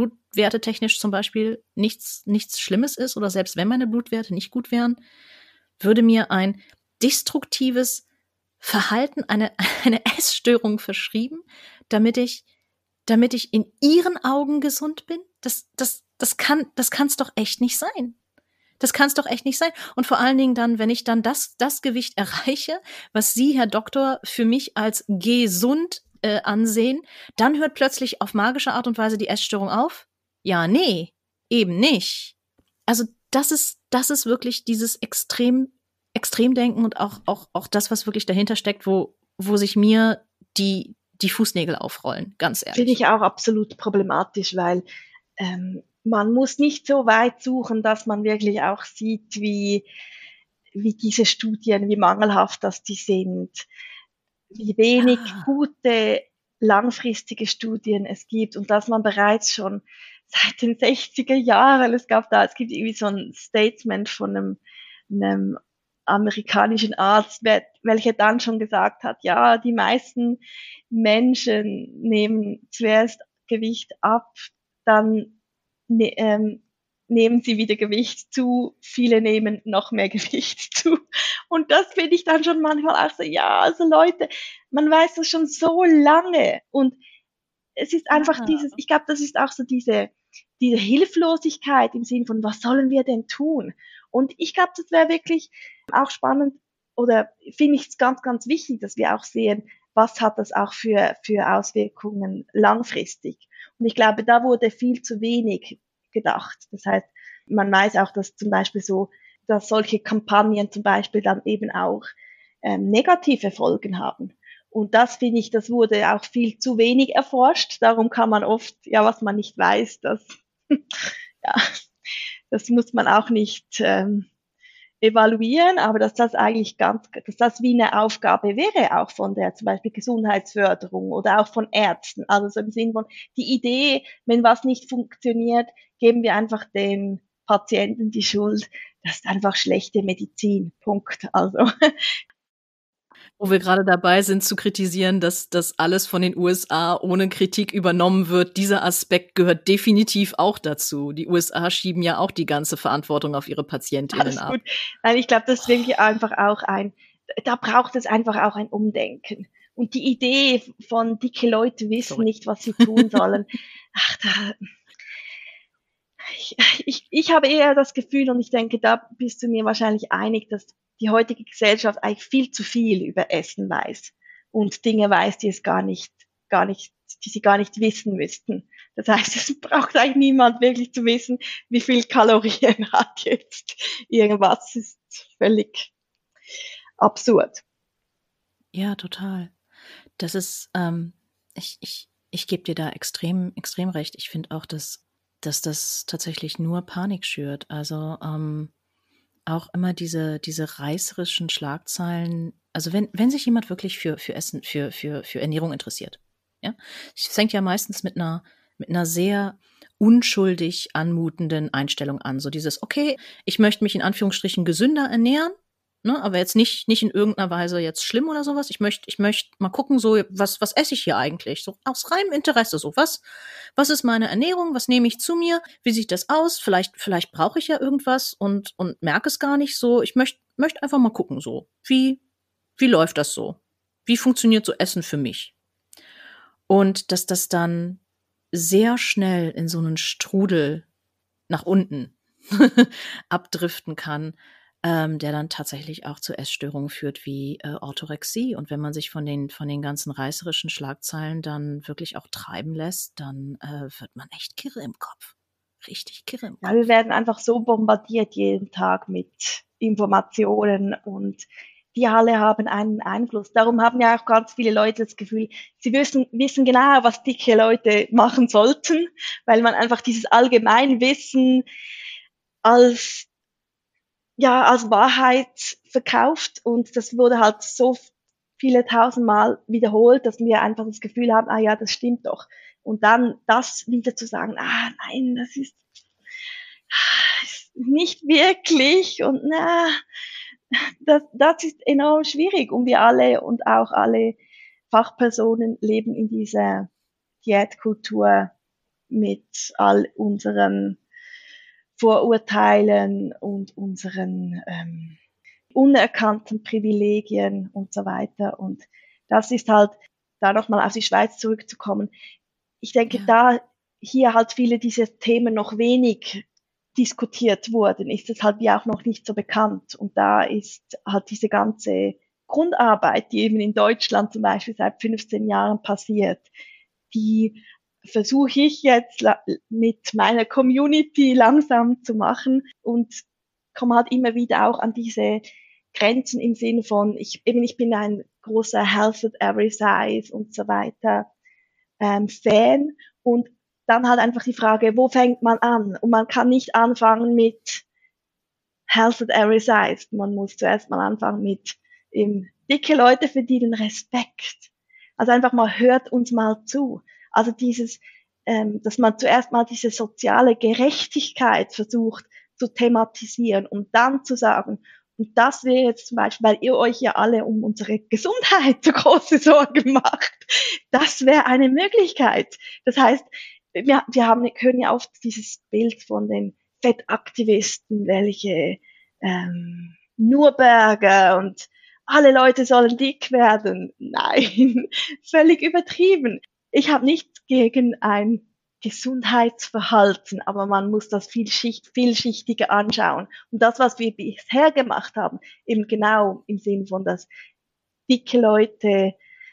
blutwertetechnisch zum Beispiel nichts Schlimmes ist oder selbst wenn meine Blutwerte nicht gut wären. würde mir ein destruktives Verhalten, eine Essstörung verschrieben, damit ich in ihren Augen gesund bin? Das kann's doch echt nicht sein. Das kann's doch echt nicht sein. Und vor allen Dingen dann, wenn ich dann das Gewicht erreiche, was Sie, Herr Doktor, für mich als gesund ansehen, dann hört plötzlich auf magische Art und Weise die Essstörung auf? Ja, nee, eben nicht. Also das ist wirklich dieses Extremdenken und auch das, was wirklich dahinter steckt, wo sich mir die Fußnägel aufrollen, ganz Finde ehrlich. ich auch absolut problematisch, weil man muss nicht so weit suchen, dass man wirklich auch sieht, wie diese Studien, wie mangelhaft das die sind, wie wenig gute langfristige Studien es gibt und dass man bereits schon seit den 60er Jahren, es gibt irgendwie so ein Statement von einem amerikanischen Arzt, welcher dann schon gesagt hat, ja, die meisten Menschen nehmen zuerst Gewicht ab, dann nehmen sie wieder Gewicht zu, viele nehmen noch mehr Gewicht zu. Und das finde ich dann schon manchmal auch so, ja, also Leute, man weiß das schon so lange und es ist einfach ich glaube, das ist auch so diese Hilflosigkeit im Sinn von, was sollen wir denn tun? Und ich glaube, das wäre wirklich auch spannend oder finde ich es ganz, ganz wichtig, dass wir auch sehen, was hat das auch für Auswirkungen langfristig. Und ich glaube, da wurde viel zu wenig gedacht. Das heißt, man weiß auch, dass zum Beispiel dass solche Kampagnen zum Beispiel dann eben auch negative Folgen haben. Und das finde ich, das wurde auch viel zu wenig erforscht. Darum kann man oft, ja, was man nicht weiß, ja, das muss man auch nicht evaluieren, aber dass das wie eine Aufgabe wäre, auch von der zum Beispiel Gesundheitsförderung oder auch von Ärzten. Also so im Sinn von die Idee, wenn was nicht funktioniert, geben wir einfach dem Patienten die Schuld. Das ist einfach schlechte Medizin. Punkt. Also wo wir gerade dabei sind zu kritisieren, dass das alles von den USA ohne Kritik übernommen wird. Dieser Aspekt gehört definitiv auch dazu. Die USA schieben ja auch die ganze Verantwortung auf ihre PatientInnen ab. Gut. Nein, ich glaube, das ist wirklich einfach auch da braucht es einfach auch ein Umdenken. Und die Idee von dicke Leute wissen nicht, was sie tun sollen. Ich habe eher das Gefühl, und ich denke, da bist du mir wahrscheinlich einig, dass die heutige Gesellschaft eigentlich viel zu viel über Essen weiß und Dinge weiß, die sie gar nicht wissen müssten. Das heißt, es braucht eigentlich niemand wirklich zu wissen, wie viel Kalorien hat jetzt irgendwas. Das ist völlig absurd. Ja, total. Das ist, ich gebe dir da extrem recht. Ich finde auch, dass das tatsächlich nur Panik schürt. Also auch immer diese reißerischen Schlagzeilen. Also wenn sich jemand wirklich für Essen, für Ernährung interessiert, ja, es fängt ja meistens mit einer sehr unschuldig anmutenden Einstellung an. So dieses, okay, ich möchte mich in Anführungsstrichen gesünder ernähren, ne, aber jetzt nicht in irgendeiner Weise jetzt schlimm oder sowas. Ich möchte mal gucken, so, was esse ich hier eigentlich? So aus reinem Interesse, so, was ist meine Ernährung? Was nehme ich zu mir? Wie sieht das aus? Vielleicht brauche ich ja irgendwas und merke es gar nicht so. Ich möchte einfach mal gucken, so. Wie läuft das so? Wie funktioniert so Essen für mich? Und dass das dann sehr schnell in so einen Strudel nach unten abdriften kann, der dann tatsächlich auch zu Essstörungen führt wie Orthorexie. Und wenn man sich von den ganzen reißerischen Schlagzeilen dann wirklich auch treiben lässt, dann wird man echt kirre im Kopf. Richtig kirre im Kopf. Ja, wir werden einfach so bombardiert jeden Tag mit Informationen und die alle haben einen Einfluss. Darum haben ja auch ganz viele Leute das Gefühl, sie wissen genau, was dicke Leute machen sollten, weil man einfach dieses Allgemeinwissen als Wahrheit verkauft und das wurde halt so viele tausendmal wiederholt, dass wir einfach das Gefühl haben, ah ja, das stimmt doch. Und dann das wieder zu sagen, ah nein, das ist nicht wirklich und das ist enorm schwierig und wir alle und auch alle Fachpersonen leben in dieser Diätkultur mit all unseren Vorurteilen und unseren unerkannten Privilegien und so weiter. Und das ist halt, da nochmal auf die Schweiz zurückzukommen. Ich denke, da hier halt viele dieser Themen noch wenig diskutiert wurden, ist es halt wie auch noch nicht so bekannt. Und da ist halt diese ganze Grundarbeit, die eben in Deutschland zum Beispiel seit 15 Jahren passiert, die versuche ich jetzt mit meiner Community langsam zu machen und komme halt immer wieder auch an diese Grenzen im Sinne von, ich bin ein großer Health at Every Size und so weiter Fan, und dann halt einfach die Frage, wo fängt man an? Und man kann nicht anfangen mit Health at Every Size. Man muss zuerst mal anfangen mit dicke Leute verdienen Respekt. Also einfach mal hört uns mal zu. Also dieses, dass man zuerst mal diese soziale Gerechtigkeit versucht zu thematisieren und dann zu sagen, und das wäre jetzt zum Beispiel, weil ihr euch ja alle um unsere Gesundheit so große Sorgen macht, das wäre eine Möglichkeit. Das heißt, wir hören ja oft dieses Bild von den Fettaktivisten, welche nur Burger und alle Leute sollen dick werden. Nein, völlig übertrieben. Ich habe nichts gegen ein Gesundheitsverhalten, aber man muss das vielschichtiger anschauen. Und das, was wir bisher gemacht haben, eben genau im Sinn von, dass dicke Leute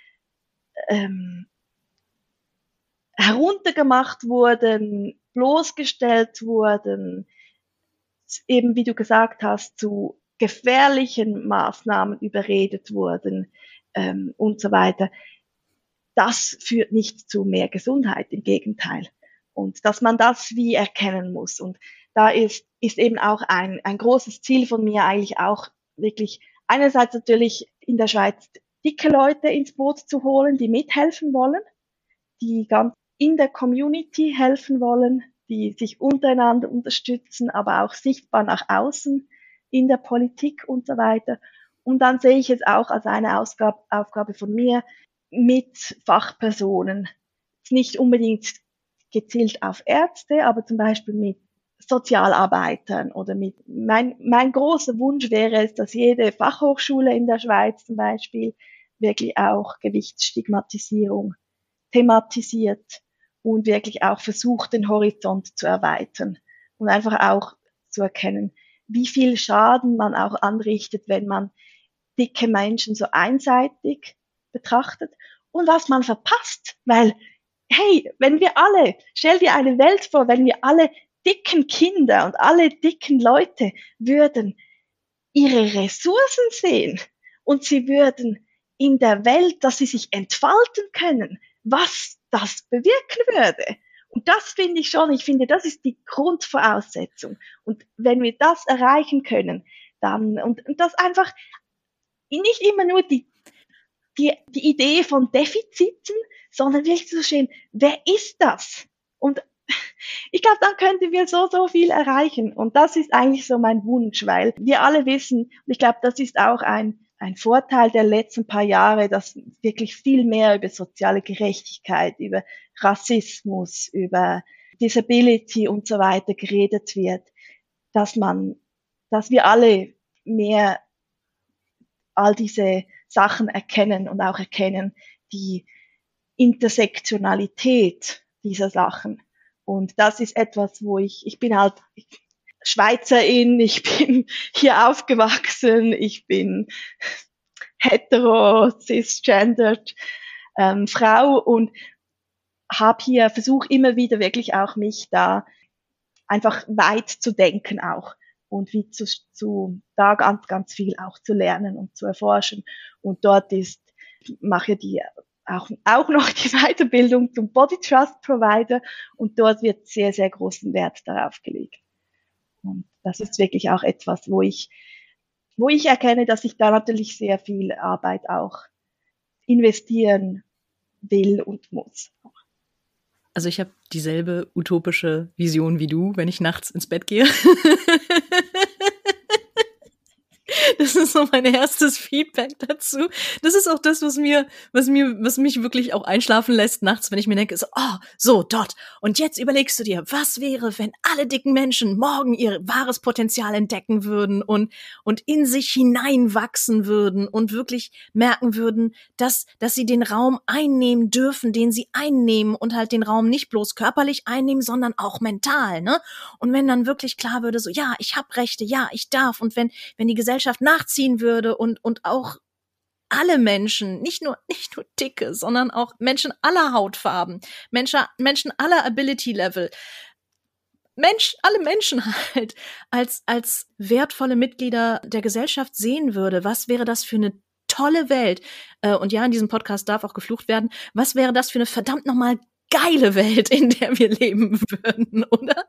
heruntergemacht wurden, bloßgestellt wurden, eben wie du gesagt hast, zu gefährlichen Maßnahmen überredet wurden und so weiter. Das führt nicht zu mehr Gesundheit, im Gegenteil. Und dass man das wie erkennen muss. Und da ist eben auch ein großes Ziel von mir eigentlich auch wirklich einerseits natürlich in der Schweiz dicke Leute ins Boot zu holen, die mithelfen wollen, die ganz in der Community helfen wollen, die sich untereinander unterstützen, aber auch sichtbar nach außen in der Politik und so weiter. Und dann sehe ich es auch als eine Aufgabe von mir, mit Fachpersonen, nicht unbedingt gezielt auf Ärzte, aber zum Beispiel mit Sozialarbeitern oder mit, mein großer Wunsch wäre es, dass jede Fachhochschule in der Schweiz zum Beispiel wirklich auch Gewichtsstigmatisierung thematisiert und wirklich auch versucht, den Horizont zu erweitern und einfach auch zu erkennen, wie viel Schaden man auch anrichtet, wenn man dicke Menschen so einseitig betrachtet und was man verpasst, weil, hey, stell dir eine Welt vor, wenn wir alle dicken Kinder und alle dicken Leute würden ihre Ressourcen sehen und sie würden in der Welt, dass sie sich entfalten können, was das bewirken würde. Und das finde ich finde, das ist die Grundvoraussetzung. Und wenn wir das erreichen können, dann, und das einfach nicht immer nur die Idee von Defiziten, sondern wirklich zu sehen, wer ist das? Und ich glaube, dann könnten wir so viel erreichen. Und das ist eigentlich so mein Wunsch, weil wir alle wissen, und ich glaube, das ist auch ein Vorteil der letzten paar Jahre, dass wirklich viel mehr über soziale Gerechtigkeit, über Rassismus, über Disability und so weiter geredet wird, dass wir alle mehr all diese Sachen erkennen und auch erkennen die Intersektionalität dieser Sachen. Und das ist etwas, wo ich bin halt Schweizerin, ich bin hier aufgewachsen, ich bin hetero, cisgendered Frau und versuche immer wieder wirklich auch mich da einfach weit zu denken auch und wie da ganz viel auch zu lernen und zu erforschen. Und dort mache die auch noch die Weiterbildung zum Body Trust Provider und dort wird sehr, sehr großen Wert darauf gelegt. Und das ist wirklich auch etwas, wo ich erkenne, dass ich da natürlich sehr viel Arbeit auch investieren will und muss. Also ich habe dieselbe utopische Vision wie du, wenn ich nachts ins Bett gehe. Das ist so mein erstes Feedback dazu. Das ist auch das, was mich wirklich auch einschlafen lässt nachts, wenn ich mir denke, so, oh, so, dort. Und jetzt überlegst du dir, was wäre, wenn alle dicken Menschen morgen ihr wahres Potenzial entdecken würden und in sich hineinwachsen würden und wirklich merken würden, dass sie den Raum einnehmen dürfen, den sie einnehmen und halt den Raum nicht bloß körperlich einnehmen, sondern auch mental, ne? Und wenn dann wirklich klar würde, so, ja, ich habe Rechte, ja, ich darf. Und wenn die Gesellschaft nachziehen würde und auch alle Menschen, nicht nur dicke, sondern auch Menschen aller Hautfarben, Menschen aller Ability Level, alle Menschen halt als wertvolle Mitglieder der Gesellschaft sehen würde, was wäre das für eine tolle Welt? Und ja, in diesem Podcast darf auch geflucht werden. Was wäre das für eine verdammt nochmal geile Welt, in der wir leben würden, oder?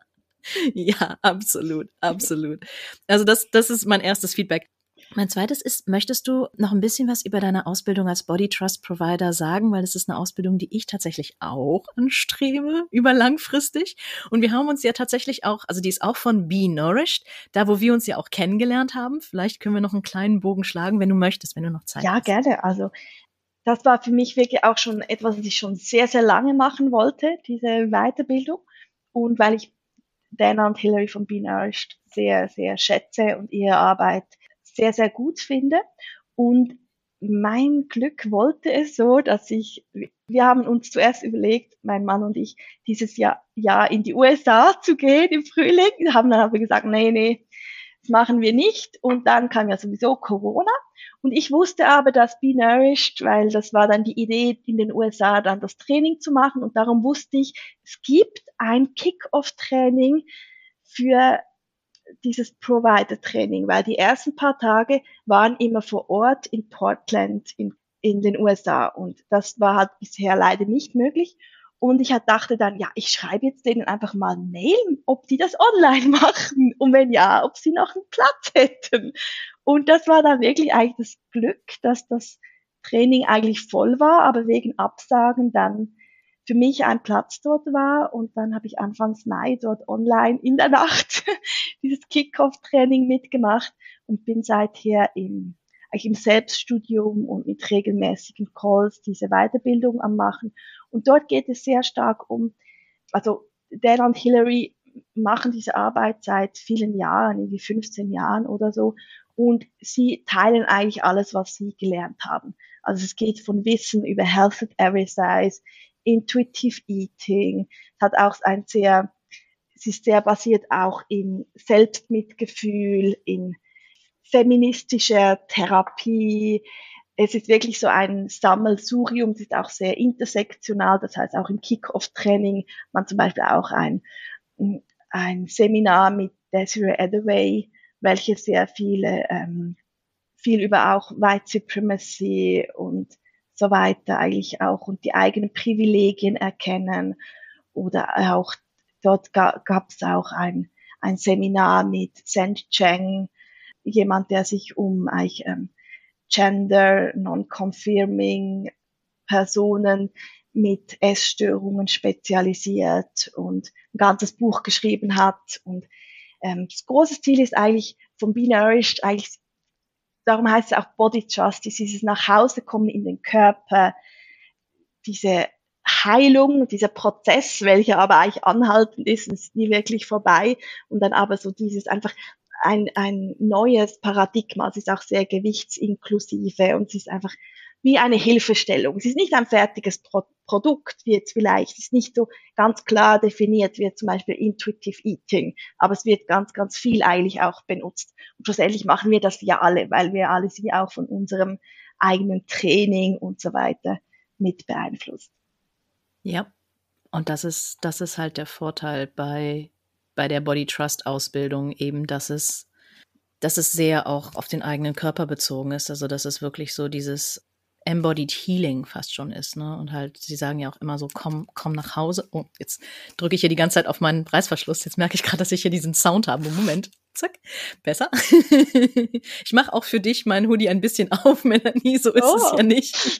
Ja, absolut, absolut. Also das ist mein erstes Feedback. Mein zweites ist, möchtest du noch ein bisschen was über deine Ausbildung als Body Trust Provider sagen? Weil das ist eine Ausbildung, die ich tatsächlich auch anstrebe, über langfristig. Und wir haben uns ja tatsächlich auch, also die ist auch von Be Nourished, da wo wir uns ja auch kennengelernt haben. Vielleicht können wir noch einen kleinen Bogen schlagen, wenn du möchtest, wenn du noch Zeit hast. Ja, gerne. Also das war für mich wirklich auch schon etwas, was ich schon sehr, sehr lange machen wollte, diese Weiterbildung. Und weil ich Dana und Hilary von Be Nourished sehr, sehr schätze und ihre Arbeit sehr, sehr gut finde. Und mein Glück wollte es so, dass wir haben uns zuerst überlegt, mein Mann und ich, dieses Jahr in die USA zu gehen im Frühling. Wir haben dann aber gesagt, nee, das machen wir nicht. Und dann kam ja sowieso Corona. Und ich wusste aber, dass Be Nourished, weil das war dann die Idee, in den USA dann das Training zu machen. Und darum wusste ich, es gibt ein Kick-Off-Training für dieses Provider-Training, weil die ersten paar Tage waren immer vor Ort in Portland in den USA und das war halt bisher leider nicht möglich. Und ich dachte dann, ja, ich schreibe jetzt denen einfach mal ein Mail, ob die das online machen und wenn ja, ob sie noch einen Platz hätten. Und das war dann wirklich eigentlich das Glück, dass das Training eigentlich voll war, aber wegen Absagen dann für mich ein Platz dort war und dann habe ich Anfangs Mai dort online in der Nacht dieses Kick-Off-Training mitgemacht und bin seither eigentlich im Selbststudium und mit regelmäßigen Calls diese Weiterbildung am machen. Und dort geht es sehr stark also Dan und Hilary machen diese Arbeit seit vielen Jahren, irgendwie 15 Jahren oder so. Und sie teilen eigentlich alles, was sie gelernt haben. Also es geht von Wissen über Health at Every Size, Intuitive Eating, hat auch es ist sehr basiert auch in Selbstmitgefühl, in feministischer Therapie. Es ist wirklich so ein Sammelsurium, es ist auch sehr intersektional, das heißt auch im Kick-Off-Training, man zum Beispiel auch ein Seminar mit Desiree Adaway, welche sehr viel über auch White Supremacy und so weiter eigentlich auch und die eigenen Privilegien erkennen oder auch dort gab es auch ein Seminar mit Sand Cheng, jemand, der sich um eigentlich Gender Non-Confirming Personen mit Essstörungen spezialisiert und ein ganzes Buch geschrieben hat und das große Ziel ist eigentlich von Be Nourished eigentlich. Darum heißt es auch Body Trust, dieses Nachhausekommen in den Körper, diese Heilung, dieser Prozess, welcher aber eigentlich anhaltend ist, ist nie wirklich vorbei. Und dann aber so dieses einfach ein neues Paradigma. Es ist auch sehr gewichtsinklusive und es ist einfach wie eine Hilfestellung. Es ist nicht ein fertiges Produkt, wie jetzt vielleicht, es ist nicht so ganz klar definiert wie zum Beispiel Intuitive Eating, aber es wird ganz, ganz viel eigentlich auch benutzt. Und schlussendlich machen wir das ja alle, weil wir alle sind ja auch von unserem eigenen Training und so weiter mit beeinflusst. Ja, und das ist halt der Vorteil bei der Body Trust Ausbildung eben, dass es sehr auch auf den eigenen Körper bezogen ist, also dass es wirklich so dieses Embodied Healing fast schon ist, ne? Und halt, sie sagen ja auch immer so, komm nach Hause. Oh, jetzt drücke ich hier die ganze Zeit auf meinen Reißverschluss. Jetzt merke ich gerade, dass ich hier diesen Sound habe. Moment, zack, besser. Ich mache auch für dich meinen Hoodie ein bisschen auf, Melanie, so ist es ja nicht.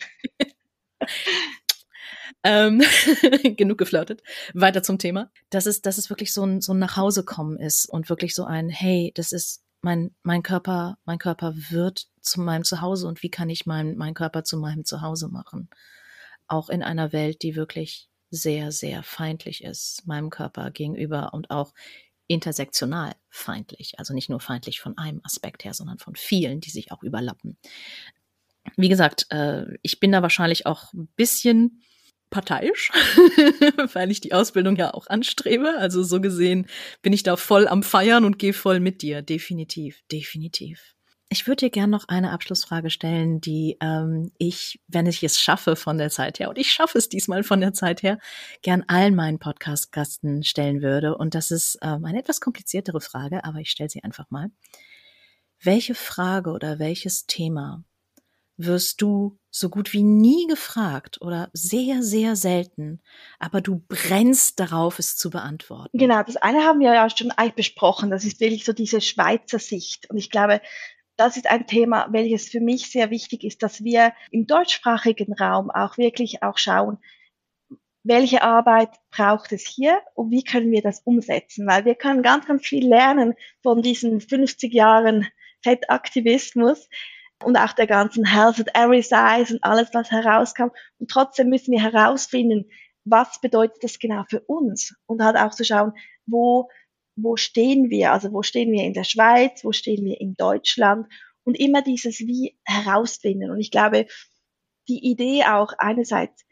Genug geflirtet. Weiter zum Thema. Dass es wirklich so ein Nachhausekommen ist und wirklich so ein, hey, das ist mein Körper wird zu meinem Zuhause und wie kann ich meinen Körper zu meinem Zuhause machen? Auch in einer Welt, die wirklich sehr, sehr feindlich ist, meinem Körper gegenüber und auch intersektional feindlich. Also nicht nur feindlich von einem Aspekt her, sondern von vielen, die sich auch überlappen. Wie gesagt, ich bin da wahrscheinlich auch ein bisschen parteiisch, weil ich die Ausbildung ja auch anstrebe. Also so gesehen bin ich da voll am Feiern und gehe voll mit dir. Definitiv, definitiv. Ich würde dir gerne noch eine Abschlussfrage stellen, die ich, wenn ich es schaffe von der Zeit her, und ich schaffe es diesmal von der Zeit her, gern allen meinen Podcast-Gästen stellen würde. Und das ist eine etwas kompliziertere Frage, aber ich stelle sie einfach mal. Welche Frage oder welches Thema wirst du so gut wie nie gefragt oder sehr, sehr selten, aber du brennst darauf, es zu beantworten? Genau, das eine haben wir ja schon eigentlich besprochen. Das ist wirklich so diese Schweizer Sicht. Und ich glaube, das ist ein Thema, welches für mich sehr wichtig ist, dass wir im deutschsprachigen Raum auch wirklich auch schauen, welche Arbeit braucht es hier und wie können wir das umsetzen? Weil wir können ganz, ganz viel lernen von diesen 50 Jahren Fettaktivismus und auch der ganzen Health at Every Size und alles, was herauskam. Und trotzdem müssen wir herausfinden, was bedeutet das genau für uns? Und halt auch zu schauen, wo stehen wir? Also wo stehen wir in der Schweiz? Wo stehen wir in Deutschland? Und immer dieses Wie herausfinden. Und ich glaube, die Idee auch einerseits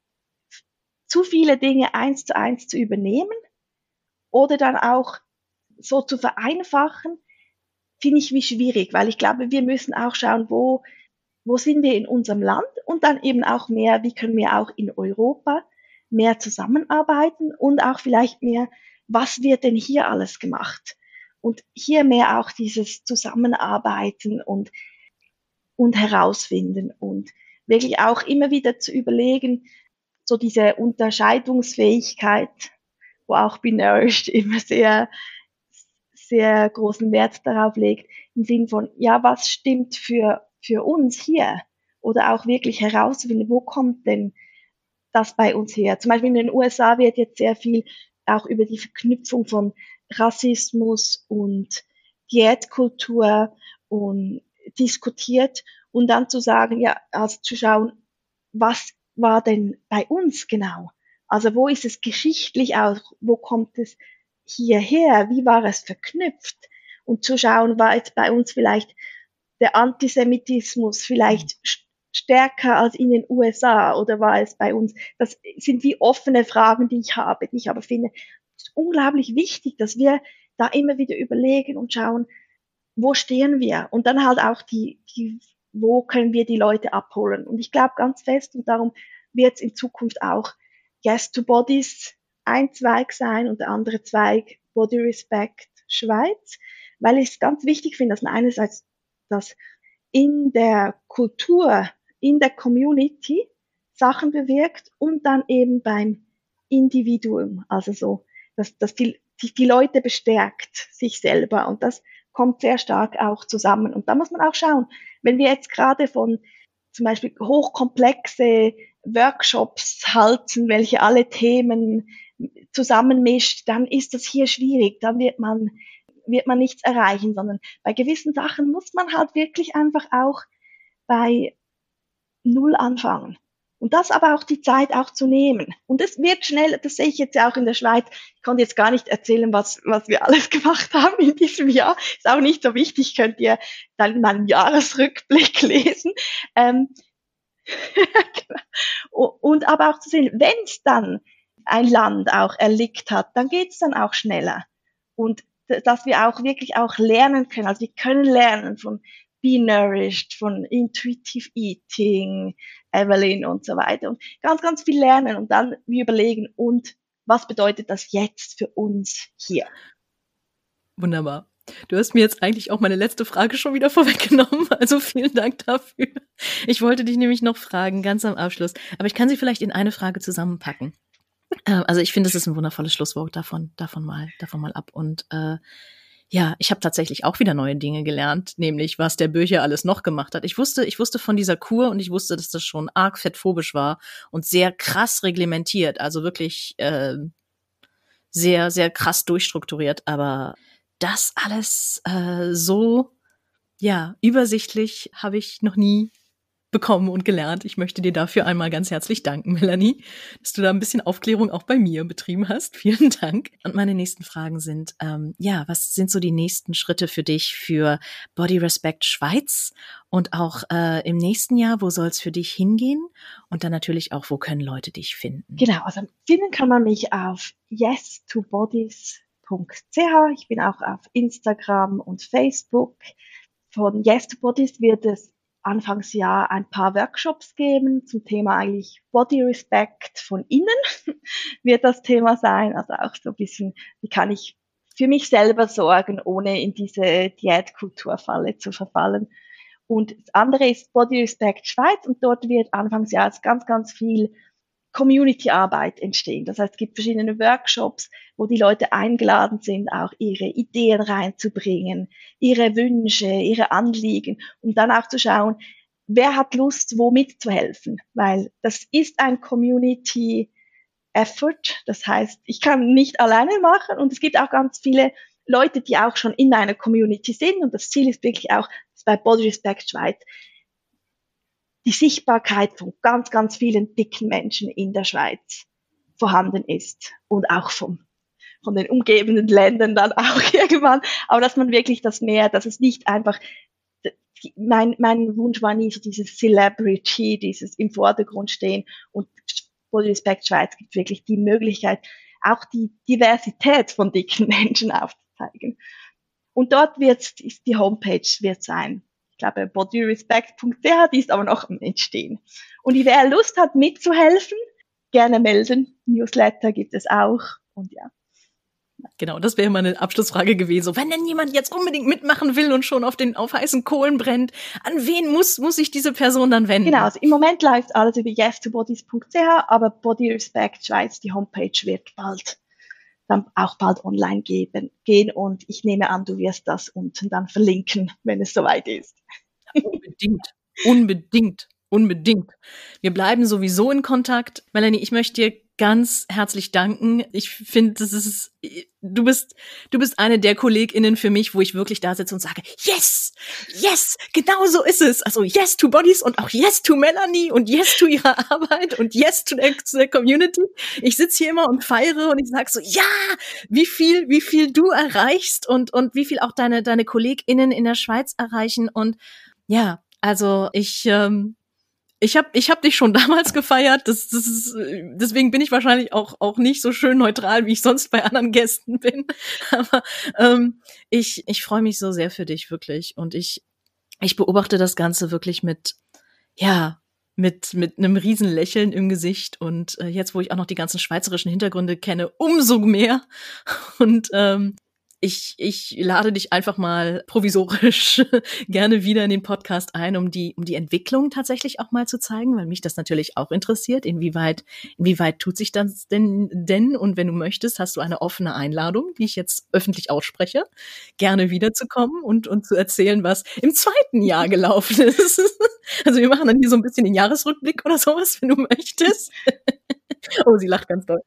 zu viele Dinge 1:1 zu übernehmen oder dann auch so zu vereinfachen, finde ich wie schwierig, weil ich glaube, wir müssen auch schauen, wo sind wir in unserem Land und dann eben auch mehr, wie können wir auch in Europa mehr zusammenarbeiten und auch vielleicht mehr, was wird denn hier alles gemacht? Und hier mehr auch dieses Zusammenarbeiten und herausfinden und wirklich auch immer wieder zu überlegen, so diese Unterscheidungsfähigkeit, wo auch Be Nourished immer sehr, sehr großen Wert darauf legt, im Sinn von, ja, was stimmt für uns hier? Oder auch wirklich herausfinden, wo kommt denn das bei uns her? Zum Beispiel in den USA wird jetzt sehr viel auch über die Verknüpfung von Rassismus und Diätkultur und diskutiert und dann zu sagen, ja, also zu schauen, was war denn bei uns genau? Also wo ist es geschichtlich auch? Wo kommt es hierher? Wie war es verknüpft? Und zu schauen, war jetzt bei uns vielleicht der Antisemitismus vielleicht stärker als in den USA oder war es bei uns? Das sind wie offene Fragen, die ich habe, die ich aber finde, es ist unglaublich wichtig, dass wir da immer wieder überlegen und schauen, wo stehen wir? Und dann halt auch wo können wir die Leute abholen? Und ich glaube ganz fest, und darum wird es in Zukunft auch Yes to Bodies ein Zweig sein und der andere Zweig Body Respect Schweiz, weil ich es ganz wichtig finde, dass man einerseits das in der Kultur, in der Community Sachen bewirkt und dann eben beim Individuum, also so, dass die Leute bestärkt, sich selber und das kommt sehr stark auch zusammen. Und da muss man auch schauen, wenn wir jetzt gerade von zum Beispiel hochkomplexe Workshops halten, welche alle Themen zusammenmischt, dann ist das hier schwierig, dann wird man nichts erreichen, sondern bei gewissen Sachen muss man halt wirklich einfach auch bei Null anfangen. Und das aber auch die Zeit auch zu nehmen. Und es wird schnell, das sehe ich jetzt ja auch in der Schweiz, ich konnte jetzt gar nicht erzählen, was wir alles gemacht haben in diesem Jahr. Ist auch nicht so wichtig, könnt ihr dann in meinem Jahresrückblick lesen. Und aber auch zu sehen, wenn es dann ein Land auch erlickt hat, dann geht es dann auch schneller. Und dass wir auch wirklich auch lernen können. Also wir können lernen von Be Nourished, von Intuitive Eating, Evelyn und so weiter. Und ganz, ganz viel lernen und dann wir überlegen, und was bedeutet das jetzt für uns hier? Wunderbar. Du hast mir jetzt eigentlich auch meine letzte Frage schon wieder vorweggenommen, also vielen Dank dafür. Ich wollte dich nämlich noch fragen, ganz am Abschluss, aber ich kann sie vielleicht in eine Frage zusammenpacken. Also ich finde, es ist ein wundervolles Schlusswort, davon mal ab. Und ja, ich habe tatsächlich auch wieder neue Dinge gelernt, nämlich was der Böcher alles noch gemacht hat. Ich wusste von dieser Kur und ich wusste, dass das schon arg fettphobisch war und sehr krass reglementiert, also wirklich sehr, sehr krass durchstrukturiert, aber das alles so, ja, übersichtlich habe ich noch nie bekommen und gelernt. Ich möchte dir dafür einmal ganz herzlich danken, Melanie, dass du da ein bisschen Aufklärung auch bei mir betrieben hast. Vielen Dank. Und meine nächsten Fragen sind, was sind so die nächsten Schritte für dich für Body Respect Schweiz und auch im nächsten Jahr, wo soll es für dich hingehen? Und dann natürlich auch, wo können Leute dich finden? Genau, also finden kann man mich auf yes2bodies.ch. Ich bin auch auf Instagram und Facebook. Von Yes2Bodies wird es Anfangsjahr ein paar Workshops geben zum Thema eigentlich Body Respect von innen wird das Thema sein. Also auch so ein bisschen, wie kann ich für mich selber sorgen, ohne in diese Diätkulturfalle zu verfallen. Und das andere ist Body Respect Schweiz und dort wird Anfangsjahr ganz, ganz viel Community-Arbeit entstehen. Das heißt, es gibt verschiedene Workshops, wo die Leute eingeladen sind, auch ihre Ideen reinzubringen, ihre Wünsche, ihre Anliegen, um dann auch zu schauen, wer hat Lust, wo mitzuhelfen. Weil das ist ein Community-Effort. Das heißt, ich kann nicht alleine machen und es gibt auch ganz viele Leute, die auch schon in einer Community sind und das Ziel ist wirklich auch, dass bei Body Respect Schweiz die Sichtbarkeit von ganz, ganz vielen dicken Menschen in der Schweiz vorhanden ist und auch von den umgebenden Ländern dann auch irgendwann, aber dass man wirklich das mehr, dass es nicht einfach, mein Wunsch war nie so dieses Celebrity, dieses im Vordergrund stehen und Body Respect Schweiz gibt wirklich die Möglichkeit, auch die Diversität von dicken Menschen aufzuzeigen. Und dort ist die Homepage wird sein. Ich glaube, bodyrespect.ch, die ist aber noch am Entstehen. Und wer Lust hat, mitzuhelfen, gerne melden. Newsletter gibt es auch. Und ja. Genau, das wäre meine Abschlussfrage gewesen. So, wenn denn jemand jetzt unbedingt mitmachen will und schon auf heißen Kohlen brennt, an wen muss sich diese Person dann wenden? Genau, also im Moment läuft alles über yes2bodies.ch, aber Body Respect Schweiz, die Homepage wird dann auch bald online gehen und ich nehme an, du wirst das unten dann verlinken, wenn es soweit ist. Unbedingt. Wir bleiben sowieso in Kontakt. Melanie, ich möchte dir ganz herzlich danken. Ich finde, du bist eine der KollegInnen für mich, wo ich wirklich da sitze und sage, yes, genau so ist es. Also yes to Bodies und auch yes to Melanie und yes to ihrer Arbeit und yes to der Community. Ich sitze hier immer und feiere und ich sage so, ja, wie viel du erreichst und wie viel auch deine KollegInnen in der Schweiz erreichen und ja, also ich hab dich schon damals gefeiert, deswegen bin ich wahrscheinlich auch nicht so schön neutral, wie ich sonst bei anderen Gästen bin. Aber ich freue mich so sehr für dich, wirklich. Und ich beobachte das Ganze wirklich mit einem riesen Lächeln im Gesicht. Und jetzt, wo ich auch noch die ganzen schweizerischen Hintergründe kenne, umso mehr. Und ich lade dich einfach mal provisorisch gerne wieder in den Podcast ein, um die Entwicklung tatsächlich auch mal zu zeigen, weil mich das natürlich auch interessiert. Inwieweit tut sich das denn? Und wenn du möchtest, hast du eine offene Einladung, die ich jetzt öffentlich ausspreche, gerne wiederzukommen und zu erzählen, was im zweiten Jahr gelaufen ist. Also wir machen dann hier so ein bisschen den Jahresrückblick oder sowas, wenn du möchtest. Oh, sie lacht ganz doll.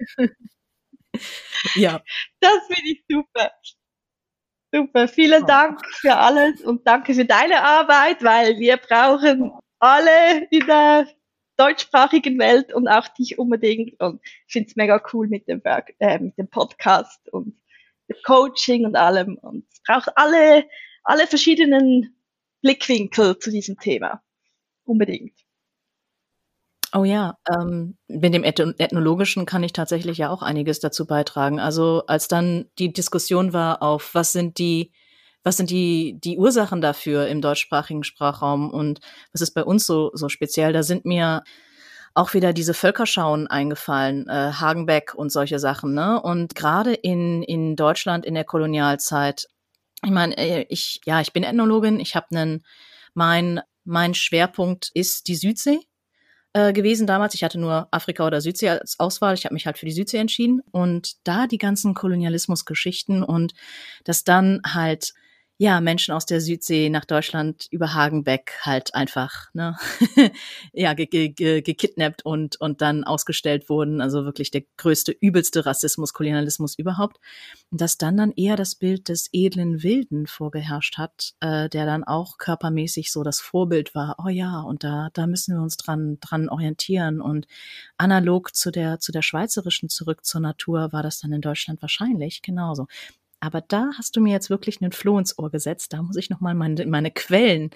Ja. Das finde ich super. Super, vielen Dank für alles und danke für deine Arbeit, weil wir brauchen alle in der deutschsprachigen Welt und auch dich unbedingt. Und ich finde es mega cool mit dem Podcast und dem Coaching und allem. Und es braucht alle verschiedenen Blickwinkel zu diesem Thema. Unbedingt. Oh ja, mit dem Ethnologischen kann ich tatsächlich ja auch einiges dazu beitragen. Also als dann die Diskussion war auf, was sind die Ursachen dafür im deutschsprachigen Sprachraum und was ist bei uns so speziell, da sind mir auch wieder diese Völkerschauen eingefallen, Hagenbeck und solche Sachen, ne? Und gerade in Deutschland in der Kolonialzeit, ich meine, ich bin Ethnologin, ich habe mein Schwerpunkt ist die Südsee gewesen damals. Ich hatte nur Afrika oder Südsee als Auswahl. Ich habe mich halt für die Südsee entschieden. Und da die ganzen Kolonialismusgeschichten und dass dann halt ja, Menschen aus der Südsee nach Deutschland über Hagenbeck halt einfach, ne, ja, gekidnappt und dann ausgestellt wurden. Also wirklich der größte, übelste Rassismus, Kolonialismus überhaupt. Und dass dann eher das Bild des edlen Wilden vorgeherrscht hat, der dann auch körpermäßig so das Vorbild war. Oh ja, und da müssen wir uns dran orientieren. Und analog zu der schweizerischen Zurück zur Natur war das dann in Deutschland wahrscheinlich genauso. Aber da hast du mir jetzt wirklich einen Floh ins Ohr gesetzt. Da muss ich nochmal meine Quellen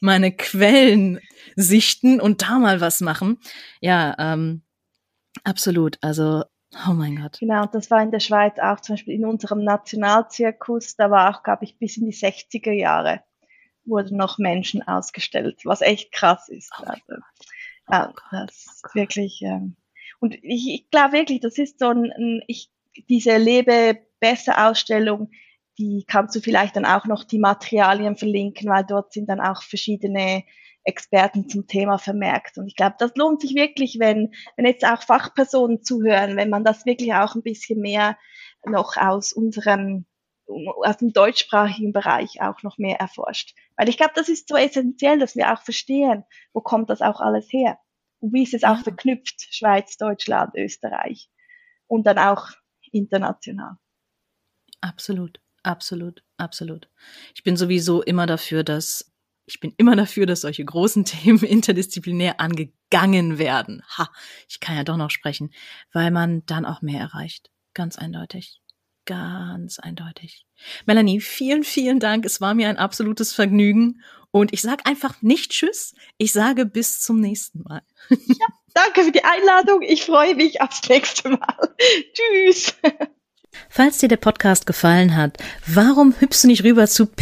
sichten und da mal was machen. Ja, absolut. Also, oh mein Gott. Genau, das war in der Schweiz auch zum Beispiel in unserem Nationalzirkus. Da war auch, glaube ich, bis in die 60er Jahre wurden noch Menschen ausgestellt, was echt krass ist. Oh also, ja, das ist wirklich, und ich glaube wirklich, das ist so diese Lebe-Besser-Ausstellung, die kannst du vielleicht dann auch noch die Materialien verlinken, weil dort sind dann auch verschiedene Experten zum Thema vermerkt. Und ich glaube, das lohnt sich wirklich, wenn jetzt auch Fachpersonen zuhören, wenn man das wirklich auch ein bisschen mehr noch aus dem deutschsprachigen Bereich auch noch mehr erforscht. Weil ich glaube, das ist so essentiell, dass wir auch verstehen, wo kommt das auch alles her? Und wie ist es auch verknüpft, Schweiz, Deutschland, Österreich und dann auch international. Absolut, absolut, absolut. Ich bin sowieso immer dafür, dass solche großen Themen interdisziplinär angegangen werden. Ich kann ja doch noch sprechen, weil man dann auch mehr erreicht. Ganz eindeutig. Ganz eindeutig. Melanie, vielen, vielen Dank. Es war mir ein absolutes Vergnügen. Und ich sage einfach nicht Tschüss. Ich sage bis zum nächsten Mal. Ja, danke für die Einladung. Ich freue mich aufs nächste Mal. Tschüss. Falls dir der Podcast gefallen hat, warum hüpfst du nicht rüber zu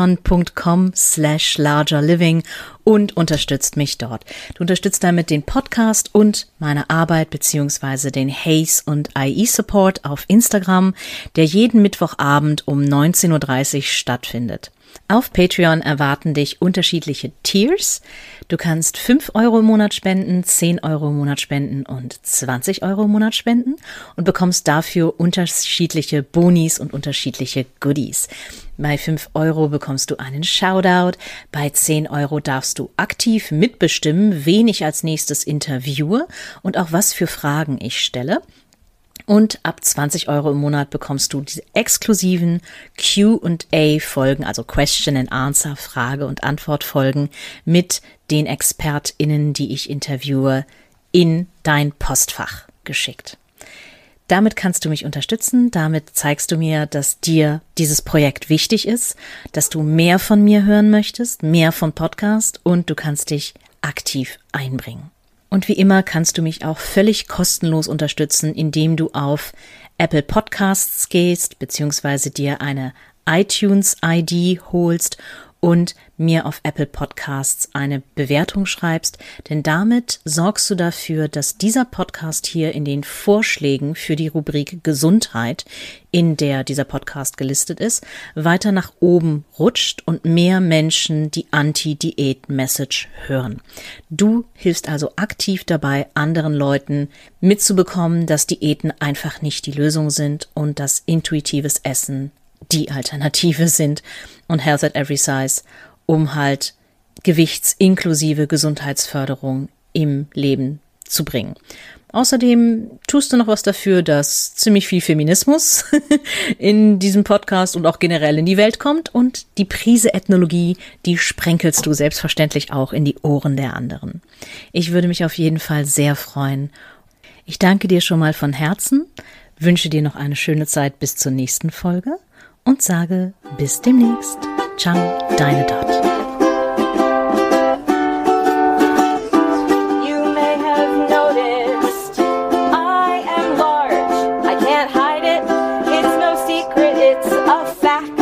patreon.com/largerliving und unterstützt mich dort. Du unterstützt damit den Podcast und meine Arbeit beziehungsweise den Haze und IE Support auf Instagram, der jeden Mittwochabend um 19:30 Uhr stattfindet. Auf Patreon erwarten dich unterschiedliche Tiers. Du kannst 5 € im Monat spenden, 10 € im Monat spenden und 20 € im Monat spenden und bekommst dafür unterschiedliche Bonis und unterschiedliche Goodies. Bei 5 € bekommst du einen Shoutout, bei 10 € darfst du aktiv mitbestimmen, wen ich als nächstes interviewe und auch was für Fragen ich stelle. Und ab 20 € im Monat bekommst du diese exklusiven Q&A-Folgen, also Question and Answer, Frage- und Antwortfolgen mit den ExpertInnen, die ich interviewe, in dein Postfach geschickt. Damit kannst du mich unterstützen, damit zeigst du mir, dass dir dieses Projekt wichtig ist, dass du mehr von mir hören möchtest, mehr von Podcast und du kannst dich aktiv einbringen. Und wie immer kannst du mich auch völlig kostenlos unterstützen, indem du auf Apple Podcasts gehst, beziehungsweise dir eine iTunes-ID holst und mir auf Apple Podcasts eine Bewertung schreibst, denn damit sorgst du dafür, dass dieser Podcast hier in den Vorschlägen für die Rubrik Gesundheit, in der dieser Podcast gelistet ist, weiter nach oben rutscht und mehr Menschen die Anti-Diät-Message hören. Du hilfst also aktiv dabei, anderen Leuten mitzubekommen, dass Diäten einfach nicht die Lösung sind und dass intuitives Essen die Alternative sind und Health at Every Size, um halt gewichtsinklusive Gesundheitsförderung im Leben zu bringen. Außerdem tust du noch was dafür, dass ziemlich viel Feminismus in diesem Podcast und auch generell in die Welt kommt und die Prise Ethnologie, die sprenkelst du selbstverständlich auch in die Ohren der anderen. Ich würde mich auf jeden Fall sehr freuen. Ich danke dir schon mal von Herzen, wünsche dir noch eine schöne Zeit bis zur nächsten Folge und sage bis demnächst. Ciao, deine Dot. You may have noticed I am large. I can't hide it. It's no secret. It's a fact.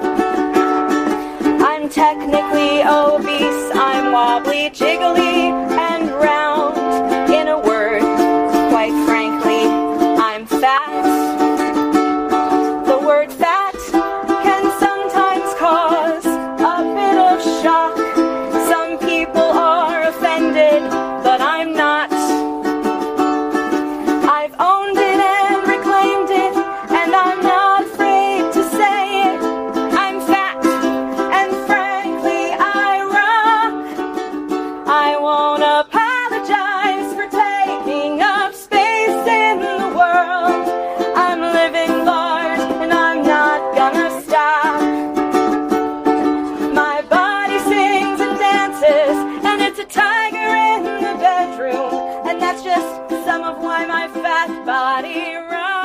I'm technically obese. I'm wobbly, jiggly, and round. In a word, quite frankly, I'm fat. The word fat can sometimes cause a bit of shock. Some people are offended, but I'm not. I've owned it and reclaimed it, and I'm not afraid to say it. I'm fat. won't apologize for taking up space in the world. I'm living large and I'm not gonna stop. My body sings and dances, and it's a tiger in the bedroom, and that's just some of why my fat body runs.